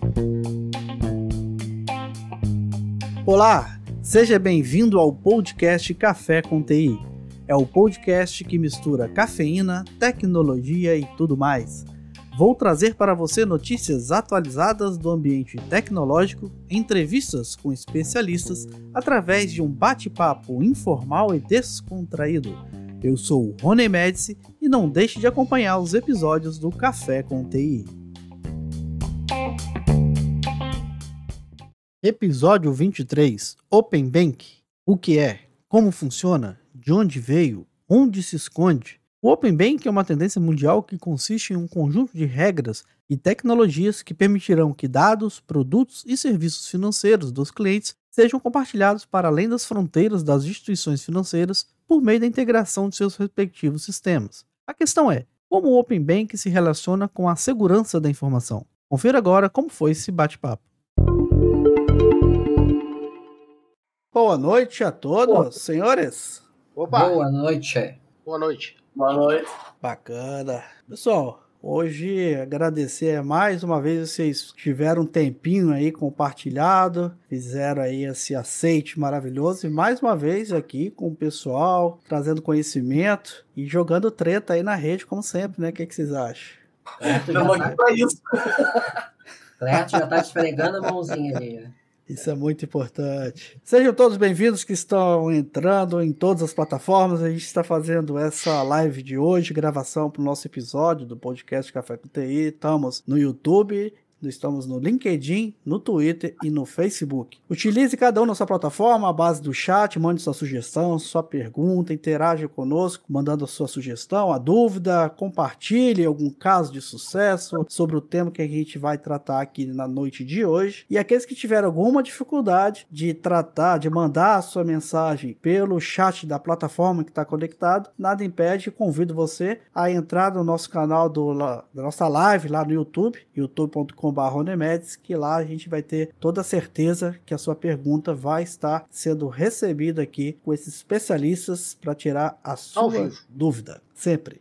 Olá, seja bem-vindo ao podcast Café com TI. É o podcast que mistura cafeína, tecnologia e tudo mais. Vou trazer para você notícias atualizadas do ambiente tecnológico, entrevistas com especialistas, através de um bate-papo informal e descontraído. Eu sou o Rony Médici e não deixe de acompanhar os episódios do Café com TI. Episódio 23, Open Bank. O que é? Como funciona? De onde veio? Onde se esconde? O Open Bank é uma tendência mundial que consiste em um conjunto de regras e tecnologias que permitirão que dados, produtos e serviços financeiros dos clientes sejam compartilhados para além das fronteiras das instituições financeiras por meio da integração de seus respectivos sistemas. A questão é, como o Open Bank se relaciona com a segurança da informação? Confira agora como foi esse bate-papo. Boa noite a todos, senhores. Opa! Boa noite. Boa noite. Boa noite. Bacana. Pessoal, hoje agradecer mais uma vez vocês tiveram um tempinho aí compartilhado, fizeram aí esse aceite maravilhoso e mais uma vez aqui com o pessoal, trazendo conhecimento e jogando treta aí na rede como sempre, né? O que vocês acham? Estamos aqui para isso. Cleto já tá esfregando a mãozinha ali, né? Isso é muito importante. Sejam todos bem-vindos que estão entrando em todas as plataformas. A gente está fazendo essa live de hoje, gravação para o nosso episódio do podcast Café com TI. Estamos no YouTube, estamos no LinkedIn, no Twitter e no Facebook. Utilize cada um na sua plataforma, a base do chat, mande sua sugestão, sua pergunta, interaja conosco, mandando a sua sugestão, a dúvida, compartilhe algum caso de sucesso sobre o tema que a gente vai tratar aqui na noite de hoje. E aqueles que tiveram alguma dificuldade de tratar, de mandar a sua mensagem pelo chat da plataforma que está conectado, nada impede, convido você a entrar no nosso canal da nossa live lá no YouTube, youtube.com.br, que lá a gente vai ter toda a certeza que a sua pergunta vai estar sendo recebida aqui com esses especialistas para tirar a sua dúvida, sempre.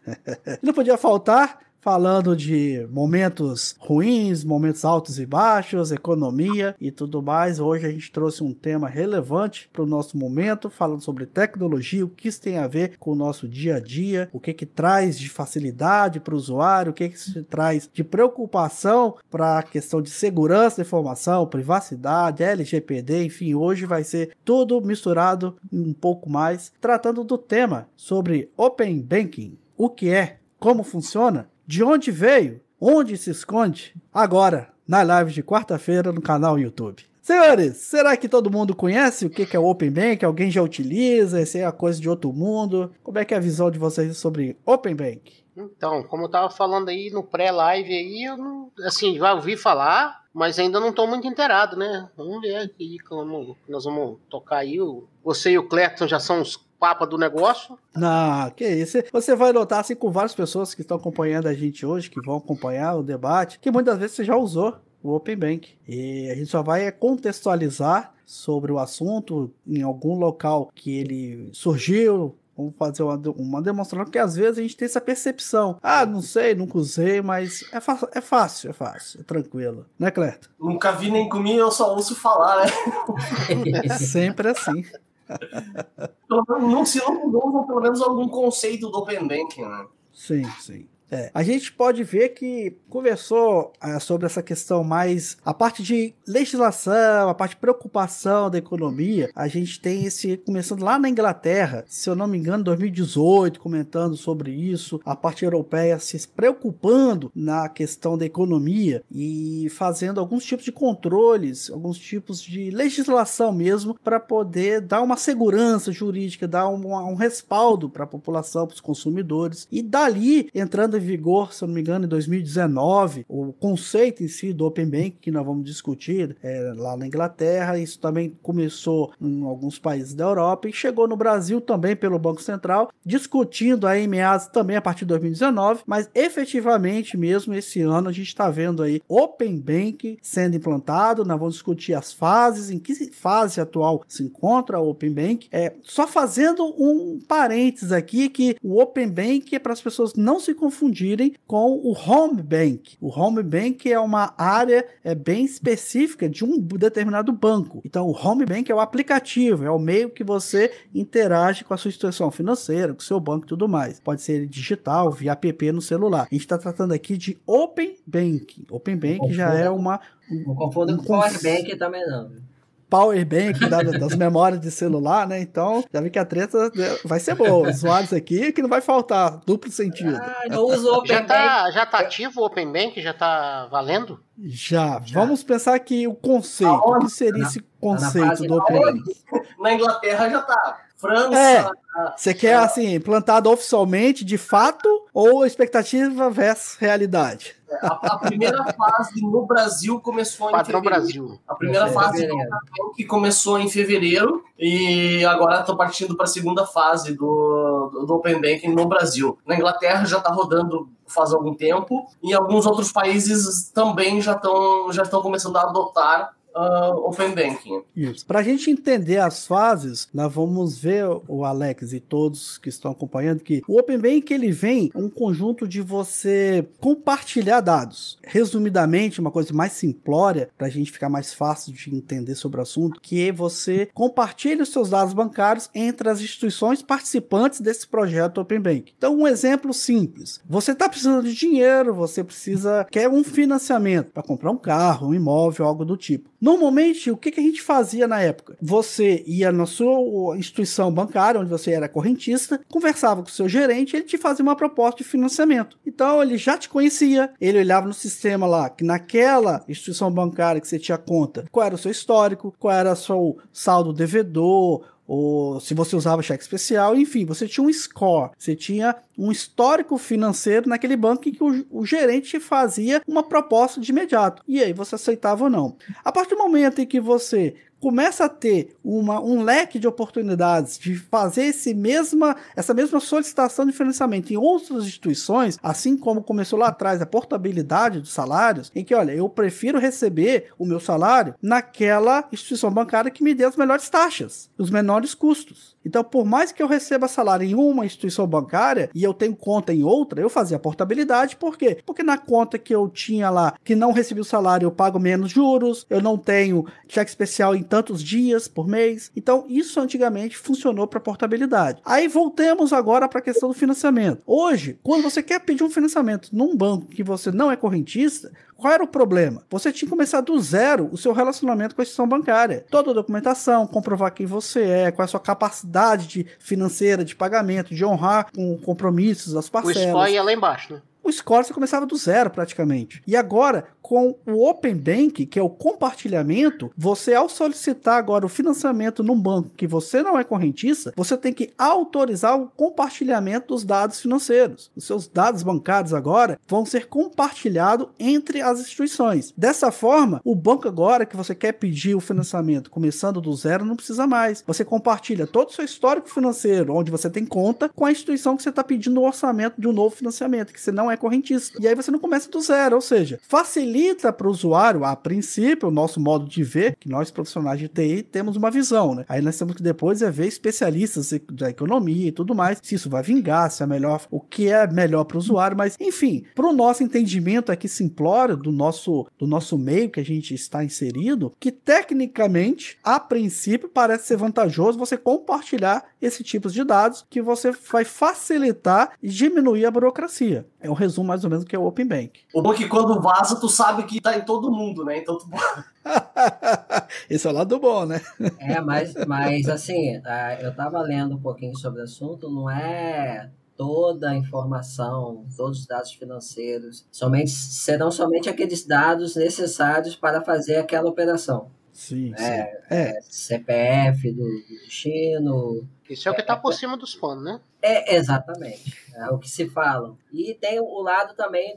Não podia faltar, falando de momentos ruins, momentos altos e baixos, economia e tudo mais. Hoje a gente trouxe um tema relevante para o nosso momento, falando sobre tecnologia, o que isso tem a ver com o nosso dia a dia, o que traz de facilidade para o usuário, o que isso traz de preocupação para a questão de segurança da informação, privacidade, LGPD, enfim, hoje vai ser tudo misturado um pouco mais, tratando do tema sobre Open Banking, o que é, como funciona, de onde veio, onde se esconde, agora, na live de quarta-feira no canal YouTube. Senhores, será que todo mundo conhece o que é o Open Bank? Alguém já utiliza? Isso é a coisa de outro mundo? Como é que é a visão de vocês sobre Open Bank? Então, como eu tava falando aí no pré-live aí, eu não, assim, já ouvi falar, mas ainda não tô muito inteirado, né? Vamos ver aqui como nós vamos tocar aí. Você e o Cleton já são os papa do negócio. Não, que isso. Você vai notar assim com várias pessoas que estão acompanhando a gente hoje, que vão acompanhar o debate, que muitas vezes você já usou o Open Bank. E a gente só vai contextualizar sobre o assunto em algum local que ele surgiu. Vamos fazer uma demonstração, porque às vezes a gente tem essa percepção. Ah, não sei, nunca usei, mas é fácil, é tranquilo. Né, Cleto? Nunca vi nem comi, eu só ouço falar, né? Sempre assim. Não se não mudou, pelo menos algum conceito do Open Banking, né? Sim. A gente pode ver que conversou sobre essa questão mais, a parte de legislação, a parte de preocupação da economia, a gente tem começando lá na Inglaterra, se eu não me engano, 2018, comentando sobre isso, a parte europeia se preocupando na questão da economia e fazendo alguns tipos de controles, alguns tipos de legislação mesmo, para poder dar uma segurança jurídica, dar um respaldo para a população, para os consumidores, e dali, entrando em vigor, se eu não me engano, em 2019, o conceito em si do Open Bank, que nós vamos discutir lá na Inglaterra. Isso também começou em alguns países da Europa e chegou no Brasil também pelo Banco Central, discutindo aí em meados também a partir de 2019, mas efetivamente mesmo esse ano a gente está vendo aí Open Bank sendo implantado. Nós vamos discutir as fases, em que fase atual se encontra o Open Bank. Só fazendo um parênteses aqui, que o Open Bank é para as pessoas não se confundirem confundirem com o Home Bank. O Home Bank é uma área bem específica de um determinado banco. Então, o Home Bank é o aplicativo, é o meio que você interage com a sua instituição financeira, com o seu banco e tudo mais. Pode ser digital, via app no celular. A gente está tratando aqui de Open Bank. Open Bank já é uma... Não confunda com Power Bank também não. Power Bank das memórias de celular, né? Então, já vi que a treta vai ser boa. Os usuários aqui que não vai faltar duplo sentido. Eu uso o Open Bank. Já tá ativo o Open Bank? Já tá valendo? Já. Vamos pensar aqui o conceito. O que seria esse conceito do Open Bank? Na Inglaterra já tá. França... Você quer, assim, implantado oficialmente, de fato, ou expectativa versus realidade? A primeira fase no Brasil começou em fevereiro. Brasil. A primeira fase do que começou em fevereiro e agora estou partindo para a segunda fase do Open Banking no Brasil. Na Inglaterra já está rodando faz algum tempo e alguns outros países também já estão começando a adotar Open Banking. Isso. Para a gente entender as fases, nós vamos ver, o Alex e todos que estão acompanhando, que o Open Banking ele vem um conjunto de você compartilhar dados. Resumidamente, uma coisa mais simplória, para a gente ficar mais fácil de entender sobre o assunto, que é você compartilha os seus dados bancários entre as instituições participantes desse projeto Open Banking. Então, um exemplo simples. Você está precisando de dinheiro, você quer um financiamento para comprar um carro, um imóvel, algo do tipo. Normalmente, o que a gente fazia na época? Você ia na sua instituição bancária, onde você era correntista, conversava com o seu gerente, ele te fazia uma proposta de financiamento. Então, ele já te conhecia, ele olhava no sistema lá, que naquela instituição bancária que você tinha conta, qual era o seu histórico, qual era o seu saldo devedor, ou se você usava cheque especial, enfim, você tinha um score, você tinha um histórico financeiro naquele banco em que o gerente fazia uma proposta de imediato, e aí você aceitava ou não. A partir do momento em que você começa a ter um leque de oportunidades de fazer essa mesma solicitação de financiamento em outras instituições, assim como começou lá atrás a portabilidade dos salários, em que, olha, eu prefiro receber o meu salário naquela instituição bancária que me dê as melhores taxas, os menores custos. Então, por mais que eu receba salário em uma instituição bancária e eu tenho conta em outra, eu fazia a portabilidade. Por quê? Porque na conta que eu tinha lá, que não recebi o salário, eu pago menos juros, eu não tenho cheque especial em tantos dias por mês. Então, isso antigamente funcionou para portabilidade. Aí, voltemos agora para a questão do financiamento. Hoje, quando você quer pedir um financiamento num banco que você não é correntista, qual era o problema? Você tinha que começar do zero o seu relacionamento com a instituição bancária. Toda a documentação, comprovar quem você é, qual é a sua capacidade financeira de pagamento, de honrar com compromissos, as parcelas. O score ia lá embaixo, né? O score você começava do zero praticamente. E agora, com o Open Bank, que é o compartilhamento, você ao solicitar agora o financiamento num banco que você não é correntista, você tem que autorizar o compartilhamento dos dados financeiros. Os seus dados bancários agora vão ser compartilhados entre as instituições. Dessa forma, o banco agora que você quer pedir o financiamento começando do zero, não precisa mais. Você compartilha todo o seu histórico financeiro, onde você tem conta, com a instituição que você está pedindo o orçamento de um novo financiamento, que você não é correntista. E aí você não começa do zero, ou seja, facilita para o usuário, a princípio, o nosso modo de ver, que nós profissionais de TI temos uma visão, né? Aí nós temos que depois ver especialistas da economia e tudo mais, se isso vai vingar, se é melhor, o que é melhor para o usuário, mas enfim, para o nosso entendimento aqui simplório do nosso meio que a gente está inserido, que tecnicamente, a princípio, parece ser vantajoso você compartilhar esse tipo de dados, que você vai facilitar e diminuir a burocracia. É um resumo mais ou menos do que é o Open Bank. O bom é que quando vaza, tu sabe que tá em todo mundo, né? Então tu... Esse é o lado bom, né? Mas assim, eu tava lendo um pouquinho sobre o assunto, não é toda a informação, todos os dados financeiros, serão somente aqueles dados necessários para fazer aquela operação. Sim, CPF do destino. Isso é o que está por cima dos panos, né? Exatamente. É o que se fala. E tem o lado também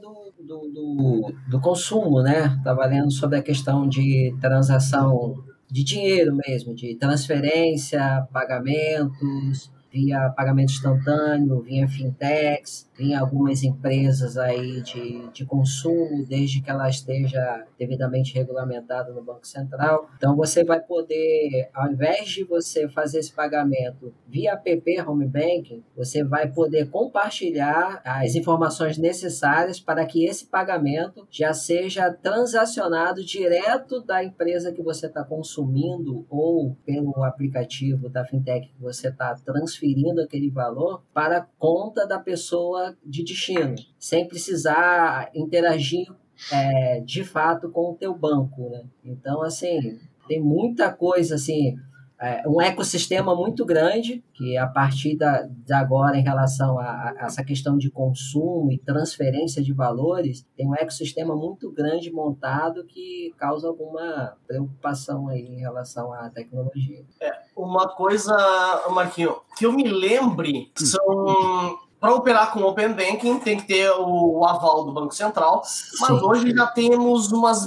do consumo, né? Estava lendo sobre a questão de transação de dinheiro mesmo, de transferência, pagamentos. via pagamento instantâneo, via fintechs, via algumas empresas aí de consumo, desde que ela esteja devidamente regulamentada no Banco Central. Então, você vai poder, ao invés de você fazer esse pagamento via app Home Banking, você vai poder compartilhar as informações necessárias para que esse pagamento já seja transacionado direto da empresa que você está consumindo ou pelo aplicativo da fintech que você está transferindo aquele valor para a conta da pessoa de destino, sem precisar interagir de fato com o teu banco, né? Então, assim, tem muita coisa, assim, um ecossistema muito grande que a partir de agora em relação a essa questão de consumo e transferência de valores, tem um ecossistema muito grande montado que causa alguma preocupação aí em relação à tecnologia. Uma coisa, Marquinhos, que eu me lembre são... Para operar com Open Banking tem que ter o aval do Banco Central, mas hoje já temos umas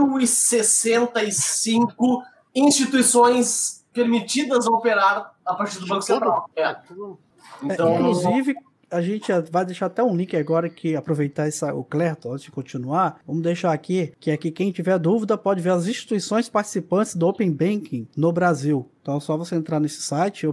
1.065 instituições permitidas a operar a partir do Banco Central. Então, inclusive, a gente vai deixar até um link agora, que aproveitar o Clerton, antes de continuar, vamos deixar aqui, que aqui quem tiver dúvida pode ver as instituições participantes do Open Banking no Brasil. Então é só você entrar nesse site,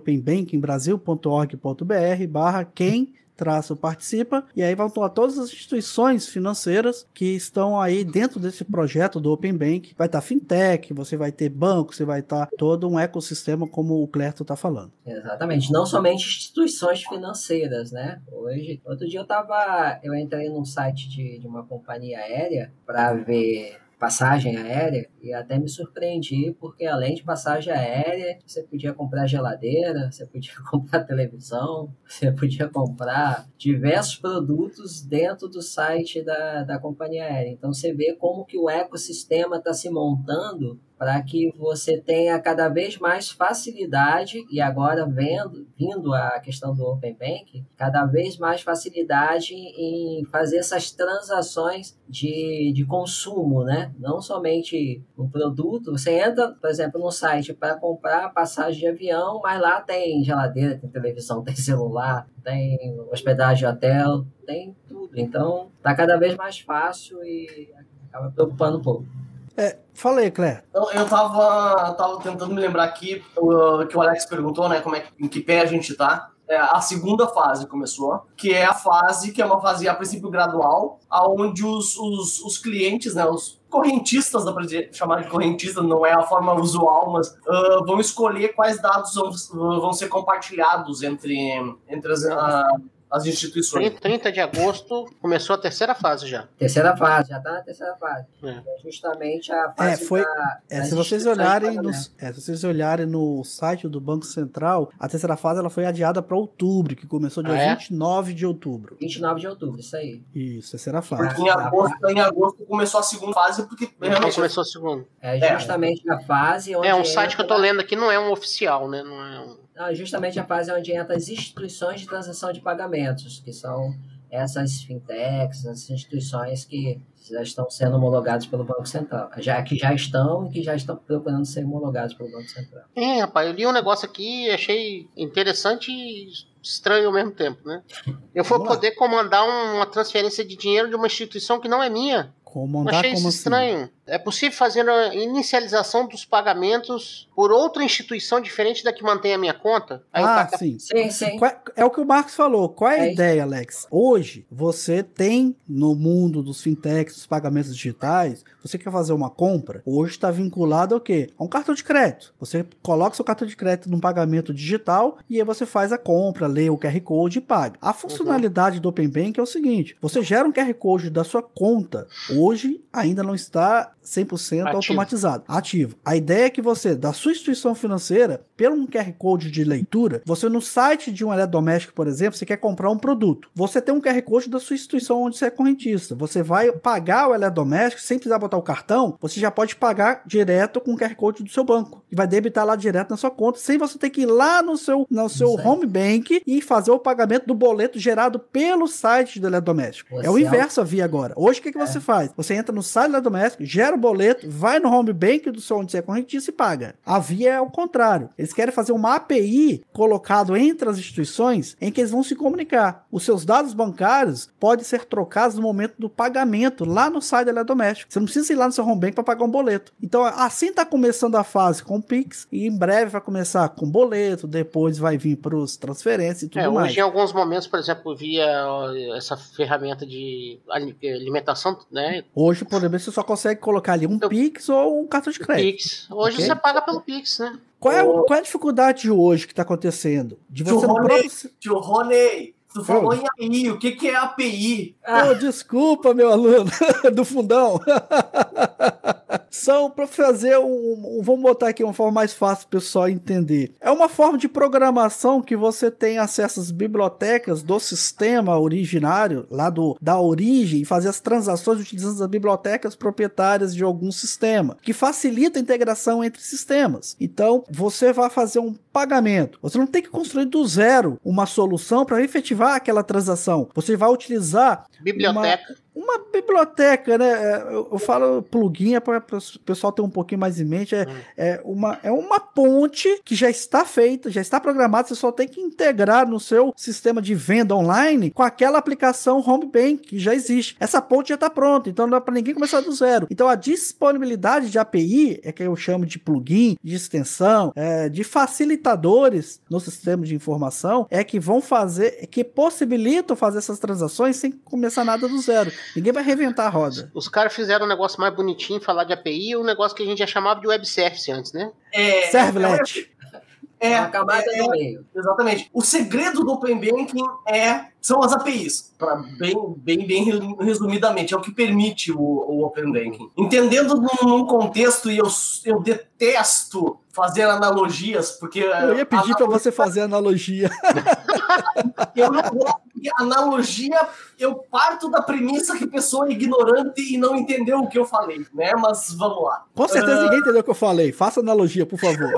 openbankingbrasil.org.br/quem participa, e aí vão estar todas as instituições financeiras que estão aí dentro desse projeto do Open Bank. Vai estar fintech, você vai ter banco, você vai estar todo um ecossistema, como o Clerton está falando. Exatamente, não somente instituições financeiras, né? Outro dia eu entrei num site de uma companhia aérea para ver passagem aérea, e até me surpreendi, porque além de passagem aérea, você podia comprar geladeira, você podia comprar televisão, você podia comprar diversos produtos dentro do site da companhia aérea. Então você vê como que o ecossistema está se montando para que você tenha cada vez mais facilidade, e agora vindo a questão do Open Bank, cada vez mais facilidade em fazer essas transações de consumo, né? Não somente um produto. Você entra, por exemplo, no site para comprar passagem de avião, mas lá tem geladeira, tem televisão, tem celular, tem hospedagem de hotel, tem tudo. Então, está cada vez mais fácil e acaba preocupando um pouco. Fala aí, Clé. Eu tava tentando me lembrar aqui que o Alex perguntou, né, em que pé a gente tá. A segunda fase começou, que é a fase que é uma fase a princípio gradual, onde os clientes, né, os correntistas, dá pra chamar de correntista, não é a forma usual, mas vão escolher quais dados vão ser compartilhados entre as instituições. 30 de agosto começou a terceira fase já. Terceira fase, já está na terceira fase. É justamente a fase se vocês olharem no site do Banco Central, a terceira fase ela foi adiada para outubro, que começou dia 29 de outubro. 29 de outubro, isso aí. Isso, terceira fase. Porque em agosto começou a segunda fase, porque realmente começou a segunda. É justamente a fase onde... um site que eu tô lendo aqui, não é um oficial, né? Não é um... Não, justamente a fase onde entra as instituições de transação de pagamentos, que são essas fintechs, essas instituições que já estão sendo homologadas pelo Banco Central. Que já estão procurando ser homologadas pelo Banco Central. Rapaz, eu li um negócio aqui e achei interessante e estranho ao mesmo tempo, né? Eu vou poder comandar uma transferência de dinheiro de uma instituição que não é minha. Achei isso estranho. Assim? É possível fazer a inicialização dos pagamentos por outra instituição diferente da que mantém a minha conta? Aí sim. É o que o Marcos falou. Qual é a ideia, Alex? Hoje, você tem no mundo dos fintechs, dos pagamentos digitais, você quer fazer uma compra, hoje está vinculado ao quê? A um cartão de crédito. Você coloca seu cartão de crédito num pagamento digital e aí você faz a compra, lê o QR Code e paga. A funcionalidade do Open Bank é o seguinte, você gera um QR Code da sua conta, hoje ainda não está 100% automatizado, ativo. A ideia é que você, da sua instituição financeira, pelo um QR Code de leitura, você no site de um eletrodoméstico, por exemplo, você quer comprar um produto. Você tem um QR Code da sua instituição onde você é correntista. Você vai pagar o eletrodoméstico sem precisar botar o cartão, você já pode pagar direto com o QR Code do seu banco. E vai debitar lá direto na sua conta, sem você ter que ir lá no seu home bank e fazer o pagamento do boleto gerado pelo site do eletrodoméstico. É o inverso a via agora. Hoje, o que você faz? Você entra no site do eletrodoméstico, gera o boleto, vai no home bank do seu onde você é correntício e paga. A via é o contrário. Eles querem fazer uma API colocado entre as instituições em que eles vão se comunicar. Os seus dados bancários podem ser trocados no momento do pagamento lá no site da eletrodoméstico. Você não precisa ir lá no seu home bank para pagar um boleto. Então, assim está começando a fase com o Pix e em breve vai começar com boleto, depois vai vir para os transferências e tudo mais. Hoje, em alguns momentos, por exemplo, via essa ferramenta de alimentação, né? Hoje, por exemplo, você só consegue colocar ali um Pix ou um cartão de crédito. Pix. Hoje você paga pelo Pix, né? Qual é a dificuldade de hoje que está acontecendo? De você Tio Rony, tu falou em API, o que é API? Desculpa, meu aluno do fundão. São para fazer vamos botar aqui uma forma mais fácil para o pessoal entender. É uma forma de programação que você tem acesso às bibliotecas do sistema originário, lá da origem, e fazer as transações utilizando as bibliotecas proprietárias de algum sistema, que facilita a integração entre sistemas. Então, você vai fazer um pagamento. Você não tem que construir do zero uma solução para efetivar aquela transação. Você vai utilizar uma biblioteca, né? Eu falo plugin para o pessoal ter um pouquinho mais em mente. É uma ponte que já está feita, já está programada. Você só tem que integrar no seu sistema de venda online com aquela aplicação Home Bank que já existe. Essa ponte já está pronta, então não dá para ninguém começar do zero. Então a disponibilidade de API é que eu chamo de plugin, de extensão, de facilitadores no sistema de informação, que possibilitam fazer essas transações sem começar nada do zero. Ninguém vai reinventar a roda. Os caras fizeram um negócio mais bonitinho, falar de API, um negócio que a gente já chamava de web service antes, né? Servlet. A camada do meio. Exatamente. O segredo do Open Banking são as APIs. Bem resumidamente, é o que permite o Open Banking. Entendendo num contexto, e eu detesto fazer analogias, porque... Eu ia pedir para você fazer analogia. Eu não gosto de analogia, eu parto da premissa que a pessoa é ignorante e não entendeu o que eu falei, né? Mas vamos lá. Com certeza ninguém entendeu o que eu falei. Faça analogia, por favor.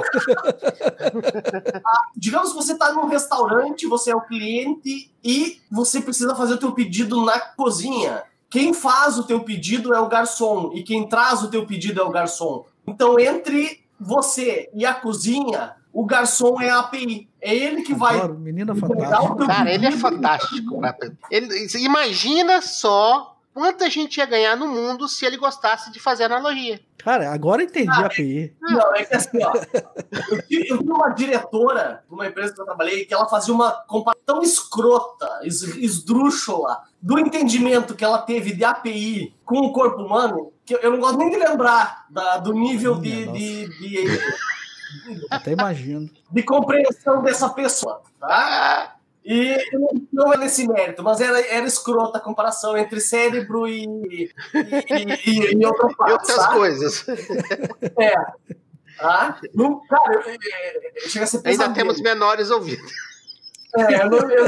Digamos que você está num restaurante, você é o cliente e você precisa fazer o teu pedido na cozinha. Quem faz o teu pedido é o garçom e quem traz o teu pedido é o garçom. Então, entre você e a cozinha, o garçom é a API. É ele que vai... Menina fantástica. Cara, ele é fantástico. Imagina só quanta gente ia ganhar no mundo se ele gostasse de fazer analogia. Cara, agora entendi a API. Não, é que assim, ó. Eu vi uma diretora de uma empresa que eu trabalhei que ela fazia uma comparação tão escrota, esdrúxula, do entendimento que ela teve de API com o corpo humano, que eu não gosto nem de lembrar do nível até imagino. De compreensão dessa pessoa, tá? E não é nesse mérito, mas era escrota a comparação entre cérebro e outras coisas. Tá? Cara, chega a ser pesadelo. Ainda temos menores ouvidos. Eu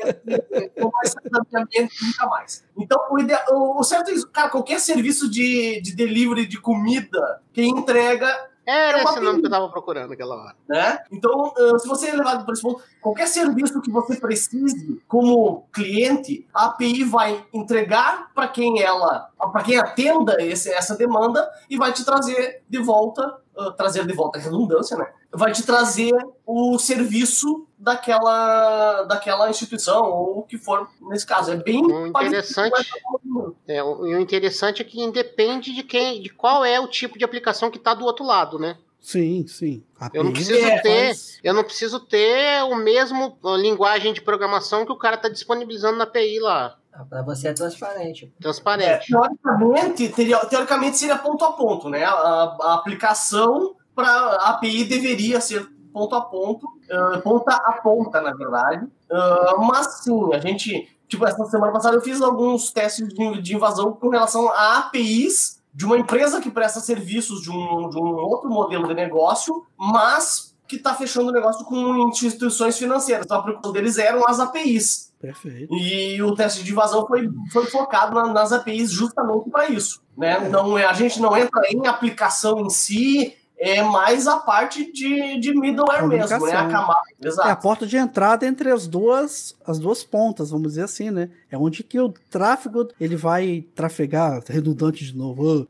nunca mais. Então, o certo é isso. Cara, qualquer serviço de delivery de comida, quem entrega... Era esse nome que eu tava procurando naquela hora. Né? Então, se você é levado por esse ponto, qualquer serviço que você precise como cliente, a API vai entregar para quem atenda essa demanda e vai te trazer de volta a redundância, né? Vai te trazer o serviço daquela instituição, ou o que for nesse caso. É bem o interessante é que independe de qual é o tipo de aplicação que está do outro lado, né? Sim. Eu não preciso ter o mesmo linguagem de programação que o cara está disponibilizando na API lá. Para você é transparente. Teoricamente seria ponto a ponto, né? A aplicação para a API deveria ser ponto a ponto, ponta a ponta, na verdade. Mas sim, a gente... Tipo, essa semana passada eu fiz alguns testes de invasão com relação a APIs de uma empresa que presta serviços de um outro modelo de negócio, mas que está fechando o negócio com instituições financeiras. Então a preocupação deles eram as APIs. Perfeito. E o teste de invasão foi focado nas APIs justamente para isso, né? Não, a gente não entra em aplicação em si, é mais a parte de middleware mesmo, né? A camada. Exato. É a porta de entrada entre as duas pontas, vamos dizer assim, né? É onde que o tráfego ele vai trafegar, redundante de novo,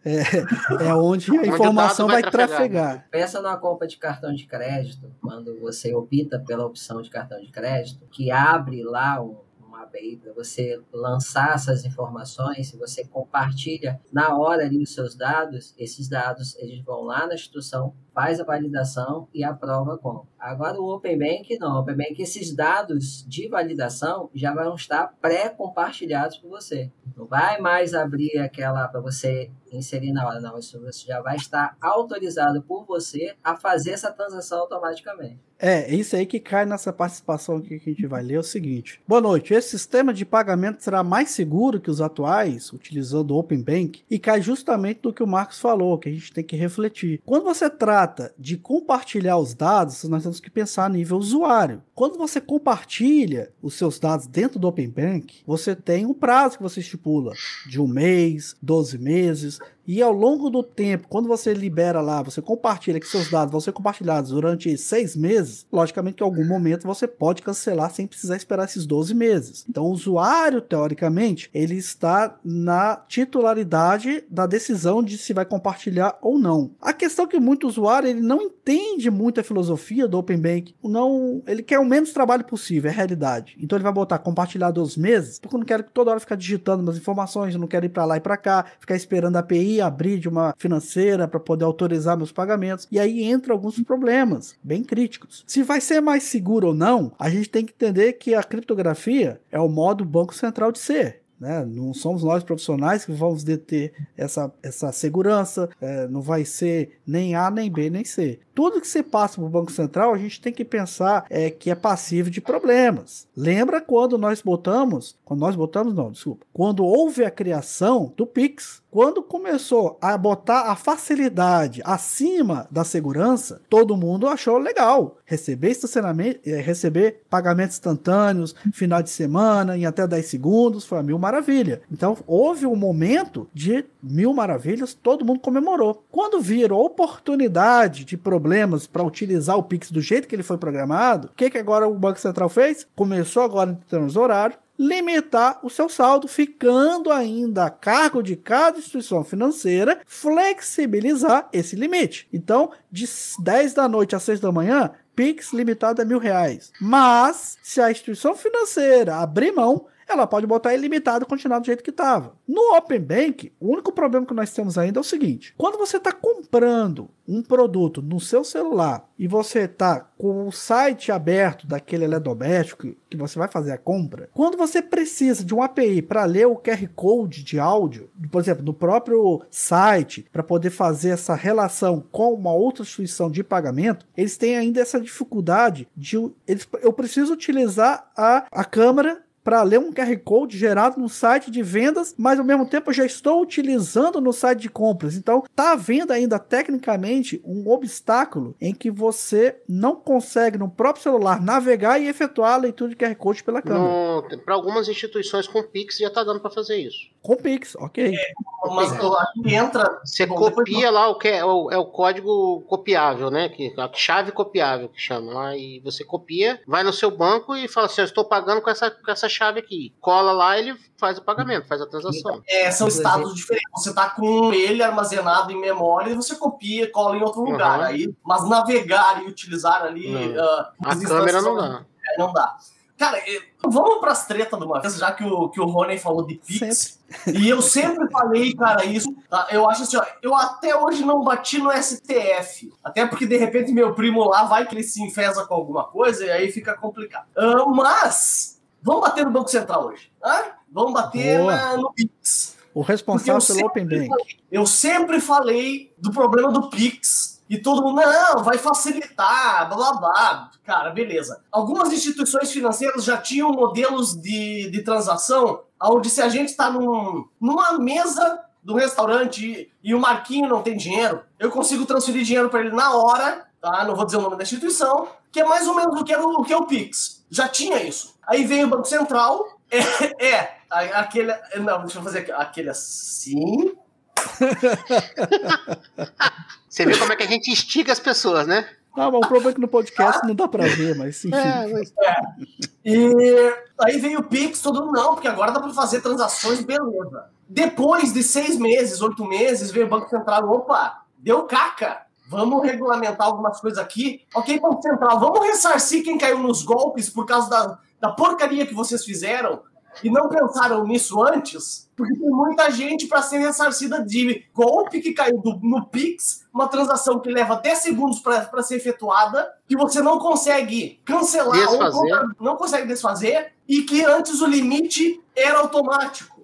é onde a informação vai trafegar. Pensa numa compra de cartão de crédito, quando você opta pela opção de cartão de crédito, que abre lá uma API para você lançar essas informações, se você compartilha na hora ali os seus dados, esses dados eles vão lá na instituição, faz a validação e aprova como. Agora o Open Bank não, o Open Bank, esses dados de validação já vão estar pré-compartilhados por você. Não vai mais abrir aquela para você inserir na hora, não, isso você já vai estar autorizado por você a fazer essa transação automaticamente. É isso aí que cai nessa participação aqui que a gente vai ler, é o seguinte. Boa noite, esse sistema de pagamento será mais seguro que os atuais, utilizando o Open Bank, e cai justamente do que o Marcos falou, que a gente tem que refletir. Quando você trata de compartilhar os dados, nós temos que pensar a nível usuário. Quando você compartilha os seus dados dentro do Open Bank, você tem um prazo que você estipula, de 1 mês, 12 meses, e ao longo do tempo, quando você libera lá, você compartilha que seus dados vão ser compartilhados durante 6 meses, logicamente que em algum momento você pode cancelar sem precisar esperar esses 12 meses. Então o usuário, teoricamente, ele está na titularidade da decisão de se vai compartilhar ou não. A questão é que muito usuário ele não entende muito a filosofia do Open Bank, ele quer o menos trabalho possível, é a realidade. Então ele vai botar compartilhar 12 meses, porque eu não quero que toda hora ficar digitando umas informações, eu não quero ir para lá e para cá, ficar esperando a API abrir de uma financeira para poder autorizar meus pagamentos, e aí entra alguns problemas bem críticos. Se vai ser mais seguro ou não, a gente tem que entender que a criptografia é o modo Banco Central de ser. Né? Não somos nós profissionais que vamos deter essa segurança, não vai ser nem A, nem B, nem C. Tudo que se passa para o Banco Central, a gente tem que pensar que é passível de problemas. Lembra quando quando houve a criação do Pix, quando começou a botar a facilidade acima da segurança, todo mundo achou legal. Receber estacionamento, receber pagamentos instantâneos, final de semana, em até 10 segundos, foi a mil maravilha. Então, houve um momento de mil maravilhas, todo mundo comemorou. Quando viram a oportunidade de problemas para utilizar o Pix do jeito que ele foi programado, o que agora o Banco Central fez? Começou agora, em termos de horário, limitar o seu saldo, ficando ainda a cargo de cada instituição financeira flexibilizar esse limite. Então, de 10 da noite às 6 da manhã, Pix limitado a R$1.000. Mas, se a instituição financeira abrir mão, ela pode botar ilimitado e continuar do jeito que estava. No Open Bank, o único problema que nós temos ainda é o seguinte: quando você está comprando um produto no seu celular e você está com o site aberto daquele eletrodoméstico que você vai fazer a compra, quando você precisa de uma API para ler o QR Code de áudio, por exemplo, no próprio site, para poder fazer essa relação com uma outra instituição de pagamento, eles têm ainda essa dificuldade eu preciso utilizar a câmera para ler um QR Code gerado no site de vendas, mas ao mesmo tempo eu já estou utilizando no site de compras. Então, está havendo ainda tecnicamente um obstáculo em que você não consegue no próprio celular navegar e efetuar a leitura de QR Code pela câmera. Para algumas instituições com Pix já está dando para fazer isso. Com Pix, ok. Mas aqui entra... Você copia lá o que é o código copiável, né? A chave copiável que chama lá, e você copia, vai no seu banco e fala assim: eu estou pagando com essa chave aqui. Cola lá, ele faz o pagamento, faz a transação. São estados diferentes. Você está com ele armazenado em memória e você copia e cola em outro lugar. Aí, mas navegar e utilizar ali... a câmera não dá. Não dá. Cara, vamos para as tretas de uma vez, já que o Rony falou de Pix. E eu sempre falei, cara, isso. Tá? Eu acho assim, ó, eu até hoje não bati no STF. Até porque, de repente, meu primo lá vai que ele se enfesa com alguma coisa e aí fica complicado. Mas, vamos bater no Banco Central hoje. Tá? Vamos bater no Pix. O responsável pelo Open Bank. Eu sempre falei do problema do Pix. E todo mundo, não, vai facilitar, blá, blá, blá. Cara, beleza. Algumas instituições financeiras já tinham modelos de transação onde, se a gente está numa mesa do restaurante e o Marquinho não tem dinheiro, eu consigo transferir dinheiro para ele na hora, tá? Não vou dizer o nome da instituição, que é mais ou menos o que é o Pix. Já tinha isso. Aí veio o Banco Central, aquele... Não, deixa eu fazer aquele assim... Você vê como é que a gente instiga as pessoas, né? Não, mas o problema é que no podcast não dá pra ver, mas enfim. E aí veio o Pix, todo mundo, não, porque agora dá pra fazer transações, beleza. Depois de 6 meses, 8 meses, veio o Banco Central, opa, deu caca. Vamos regulamentar algumas coisas aqui. Ok, Banco Central, vamos ressarcir quem caiu nos golpes por causa da porcaria que vocês fizeram e não pensaram nisso antes? Porque tem muita gente para ser ressarcida de golpe que caiu no Pix, uma transação que leva 10 segundos para ser efetuada, que você não consegue cancelar ou não consegue desfazer, e que antes o limite era automático.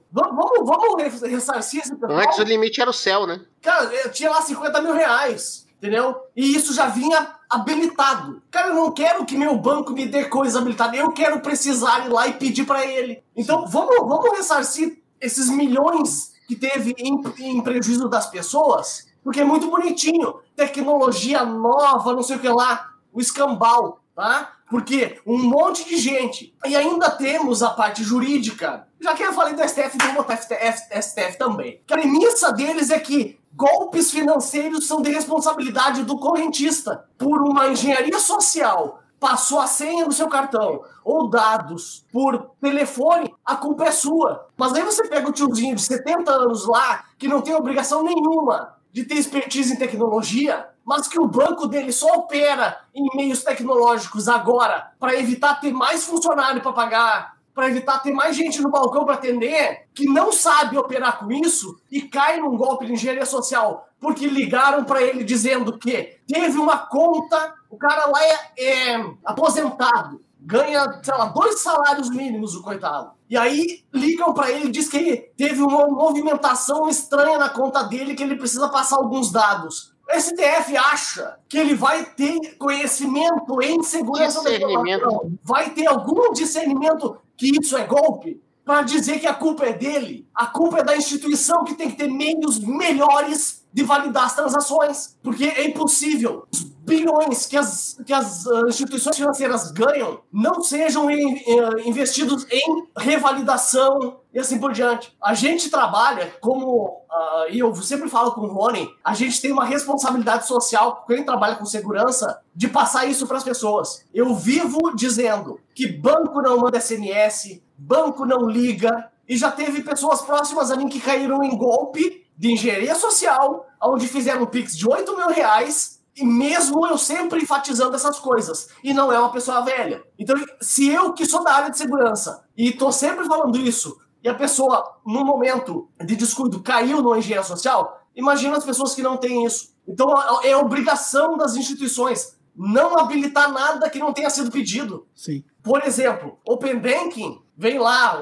Vamos ressarcir esse pessoal? Antes o limite era o céu, né? Cara, eu tinha lá 50 mil reais. Entendeu? E isso já vinha habilitado. Cara, eu não quero que meu banco me dê coisa habilitada. Eu quero precisar ir lá e pedir para ele. Então, vamos ressarcir esses milhões que teve em prejuízo das pessoas, porque é muito bonitinho. Tecnologia nova, não sei o que lá. O escambau, tá? Porque um monte de gente. E ainda temos a parte jurídica. Já que eu falei do STF, vou botar STF também. Que a premissa deles é que golpes financeiros são de responsabilidade do correntista. Por uma engenharia social, passou a senha do seu cartão ou dados por telefone, a culpa é sua. Mas aí você pega o tiozinho de 70 anos lá, que não tem obrigação nenhuma de ter expertise em tecnologia, mas que o banco dele só opera em meios tecnológicos agora para evitar ter mais funcionário para pagar, para evitar ter mais gente no balcão para atender, que não sabe operar com isso e cai num golpe de engenharia social porque ligaram para ele dizendo que teve uma conta, o cara lá é aposentado, ganha, sei lá, 2 salários mínimos, o coitado. E aí ligam para ele e diz que teve uma movimentação estranha na conta dele, que ele precisa passar alguns dados. O STF acha que ele vai ter conhecimento em segurança da informação, vai ter algum discernimento que isso é golpe, para dizer que a culpa é dele. A culpa é da instituição, que tem que ter meios melhores de validar as transações, porque é impossível os bilhões que as instituições financeiras ganham não sejam investidos em revalidação e assim por diante. A gente trabalha como, e eu sempre falo com o Rony, a gente tem uma responsabilidade social, quem trabalha com segurança, de passar isso para as pessoas. Eu vivo dizendo que banco não manda SMS, banco não liga, e já teve pessoas próximas a mim que caíram em golpe de engenharia social, onde fizeram um Pix de 8 mil reais, e mesmo eu sempre enfatizando essas coisas, e não é uma pessoa velha. Então, se eu, que sou da área de segurança, e tô sempre falando isso, e a pessoa, no momento de descuido, caiu numa engenharia social, imagina as pessoas que não têm isso. Então, é obrigação das instituições não habilitar nada que não tenha sido pedido. Sim. Por exemplo, Open Banking, vem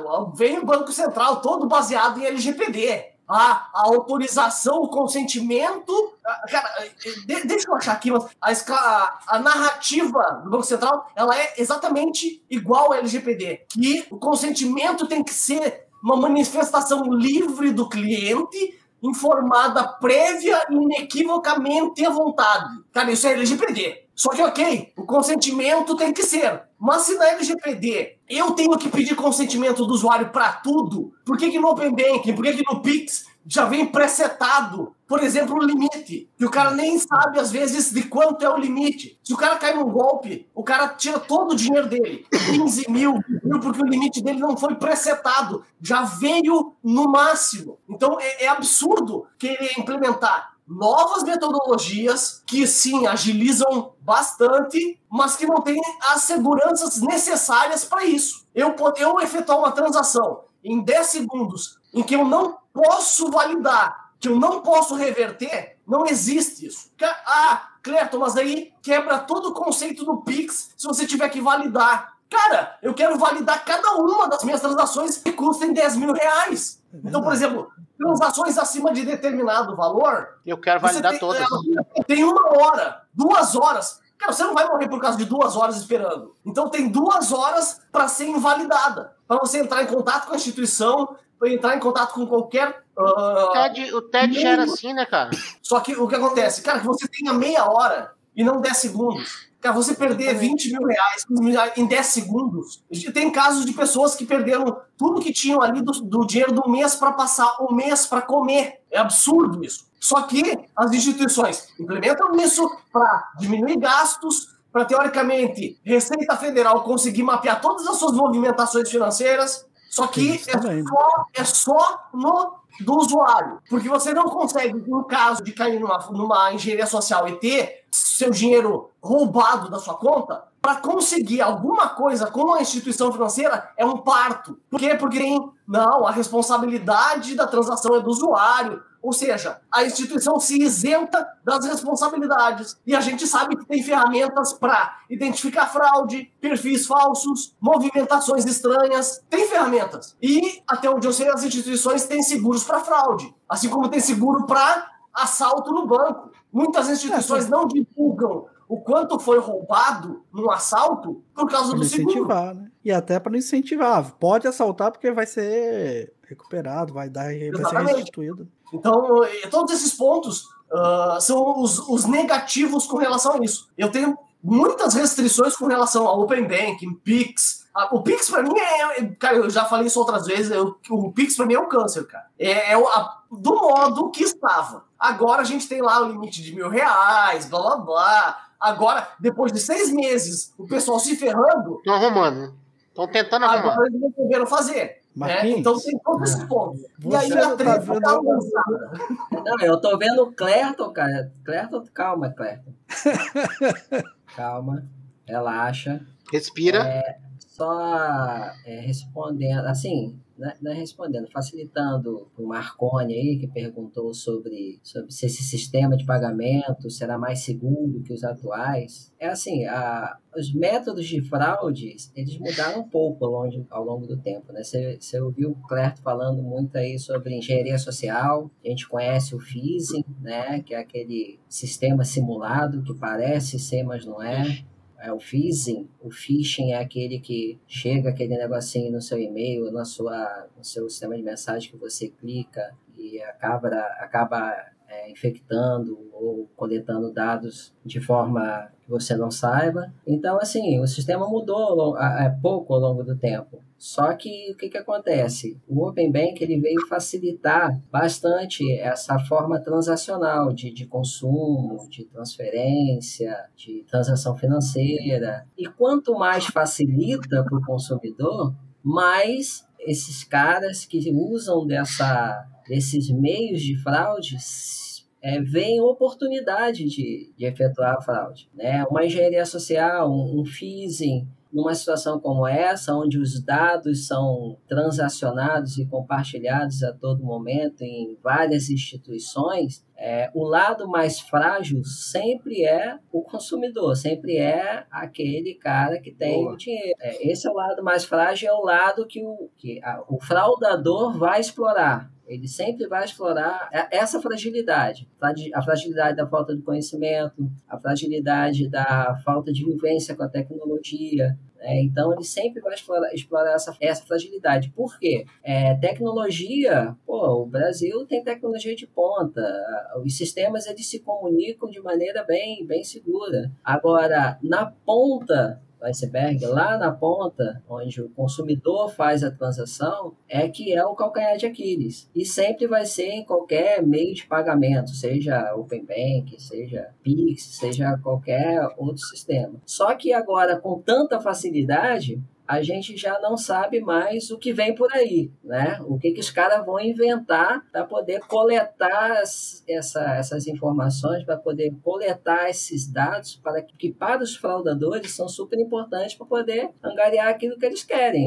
o Banco Central todo baseado em LGPD. A autorização, o consentimento... Cara, deixa eu achar aqui, mas a narrativa do Banco Central, ela é exatamente igual ao LGPD, que o consentimento tem que ser uma manifestação livre do cliente, informada prévia e inequivocamente à vontade. Cara, isso é LGPD. Só que, ok, o consentimento tem que ser. Mas se na LGPD eu tenho que pedir consentimento do usuário para tudo, por que no Open Banking, por que no Pix já vem presetado, por exemplo, o limite? Que o cara nem sabe, às vezes, de quanto é o limite. Se o cara cai num golpe, o cara tira todo o dinheiro dele, 15 mil, porque o limite dele não foi presetado, já veio no máximo. Então, é absurdo querer implementar novas metodologias que, sim, agilizam bastante, mas que não têm as seguranças necessárias para isso. Eu efetuar uma transação em 10 segundos em que eu não posso validar, que eu não posso reverter, não existe isso. Cleiton, mas aí quebra todo o conceito do Pix se você tiver que validar. Cara, eu quero validar cada uma das minhas transações que custem 10 mil reais. Então, por exemplo, transações acima de determinado valor... Eu quero validar todas. Tem 1 hora, 2 horas. Cara, você não vai morrer por causa de 2 horas esperando. Então, tem 2 horas para ser invalidada. Para você entrar em contato com a instituição, para entrar em contato com qualquer... O TED já era assim, né, cara? Só que o que acontece? Cara, que você tenha meia hora e não 10 segundos. Cara, você perder 20 mil reais, 15 mil reais em 10 segundos. Tem casos de pessoas que perderam tudo que tinham ali do dinheiro do mês para passar o mês para comer. É absurdo isso. Só que as instituições implementam isso para diminuir gastos, para, teoricamente, Receita Federal conseguir mapear todas as suas movimentações financeiras. Só que é só do usuário. Porque você não consegue, no caso de cair numa engenharia social e ter seu dinheiro roubado da sua conta, para conseguir alguma coisa com a instituição financeira é um parto. Por quê? Porque a responsabilidade da transação é do usuário. Ou seja, a instituição se isenta das responsabilidades. E a gente sabe que tem ferramentas para identificar fraude, perfis falsos, movimentações estranhas. Tem ferramentas. E, até onde eu sei, as instituições têm seguros para fraude. Assim como tem seguro para assalto no banco. Muitas instituições não divulgam o quanto foi roubado num assalto por causa do seguro. Incentivar, né? E até para não incentivar. Pode assaltar porque vai ser recuperado, vai ser restituído. Então, todos esses pontos são os negativos com relação a isso. Eu tenho muitas restrições com relação ao Open Banking, Pix. O Pix, para mim, cara, eu já falei isso outras vezes, o Pix, para mim, é um câncer, cara. Do modo que estava. Agora a gente tem lá o limite de R$1.000, blá, blá, blá. Agora, depois de 6 meses, o pessoal se ferrando... Estão arrumando. Estão tentando arrumar. Agora eles resolveram fazer. Então tem todos esses pontos. E aí a treta tá avançada. Não, eu tô vendo o Clerton, cara. Clerton, calma, Clerton. Calma, relaxa. Respira. Só respondendo, assim, não é respondendo, facilitando o Marconi aí, que perguntou sobre se esse sistema de pagamento será mais seguro que os atuais. É assim, os métodos de fraudes, eles mudaram um pouco ao longo do tempo, né? Você ouviu o Clerto falando muito aí sobre engenharia social, a gente conhece o phishing, né? Que é aquele sistema simulado que parece ser, mas não é. O phishing é aquele que chega aquele negocinho no seu e-mail, no seu sistema de mensagem que você clica e acaba infectando ou coletando dados de forma que você não saiba. Então, assim, o sistema mudou pouco ao longo do tempo. Só que o que acontece? O Open Bank ele veio facilitar bastante essa forma transacional de consumo, de transferência, de transação financeira. E quanto mais facilita para o consumidor, mais esses caras que usam desses meios de fraude veem oportunidade de efetuar a fraude, né? Uma engenharia social, um phishing, numa situação como essa, onde os dados são transacionados e compartilhados a todo momento em várias instituições, o lado mais frágil sempre é o consumidor, sempre é aquele cara que tem o dinheiro. Esse é o lado mais frágil, é o lado que o fraudador vai explorar. Ele sempre vai explorar essa fragilidade, a fragilidade da falta de conhecimento, a fragilidade da falta de vivência com a tecnologia. Então, ele sempre vai explorar essa fragilidade. Por quê? Tecnologia, o Brasil tem tecnologia de ponta, os sistemas eles se comunicam de maneira bem segura. Agora, na ponta do iceberg, lá na ponta, onde o consumidor faz a transação, que é o calcanhar de Aquiles. E sempre vai ser em qualquer meio de pagamento, seja Open Bank, seja Pix, seja qualquer outro sistema. Só que agora, com tanta facilidade, a gente já não sabe mais o que vem por aí, né? O que os caras vão inventar para poder coletar essas informações, para poder coletar esses dados, para os fraudadores são super importantes para poder angariar aquilo que eles querem.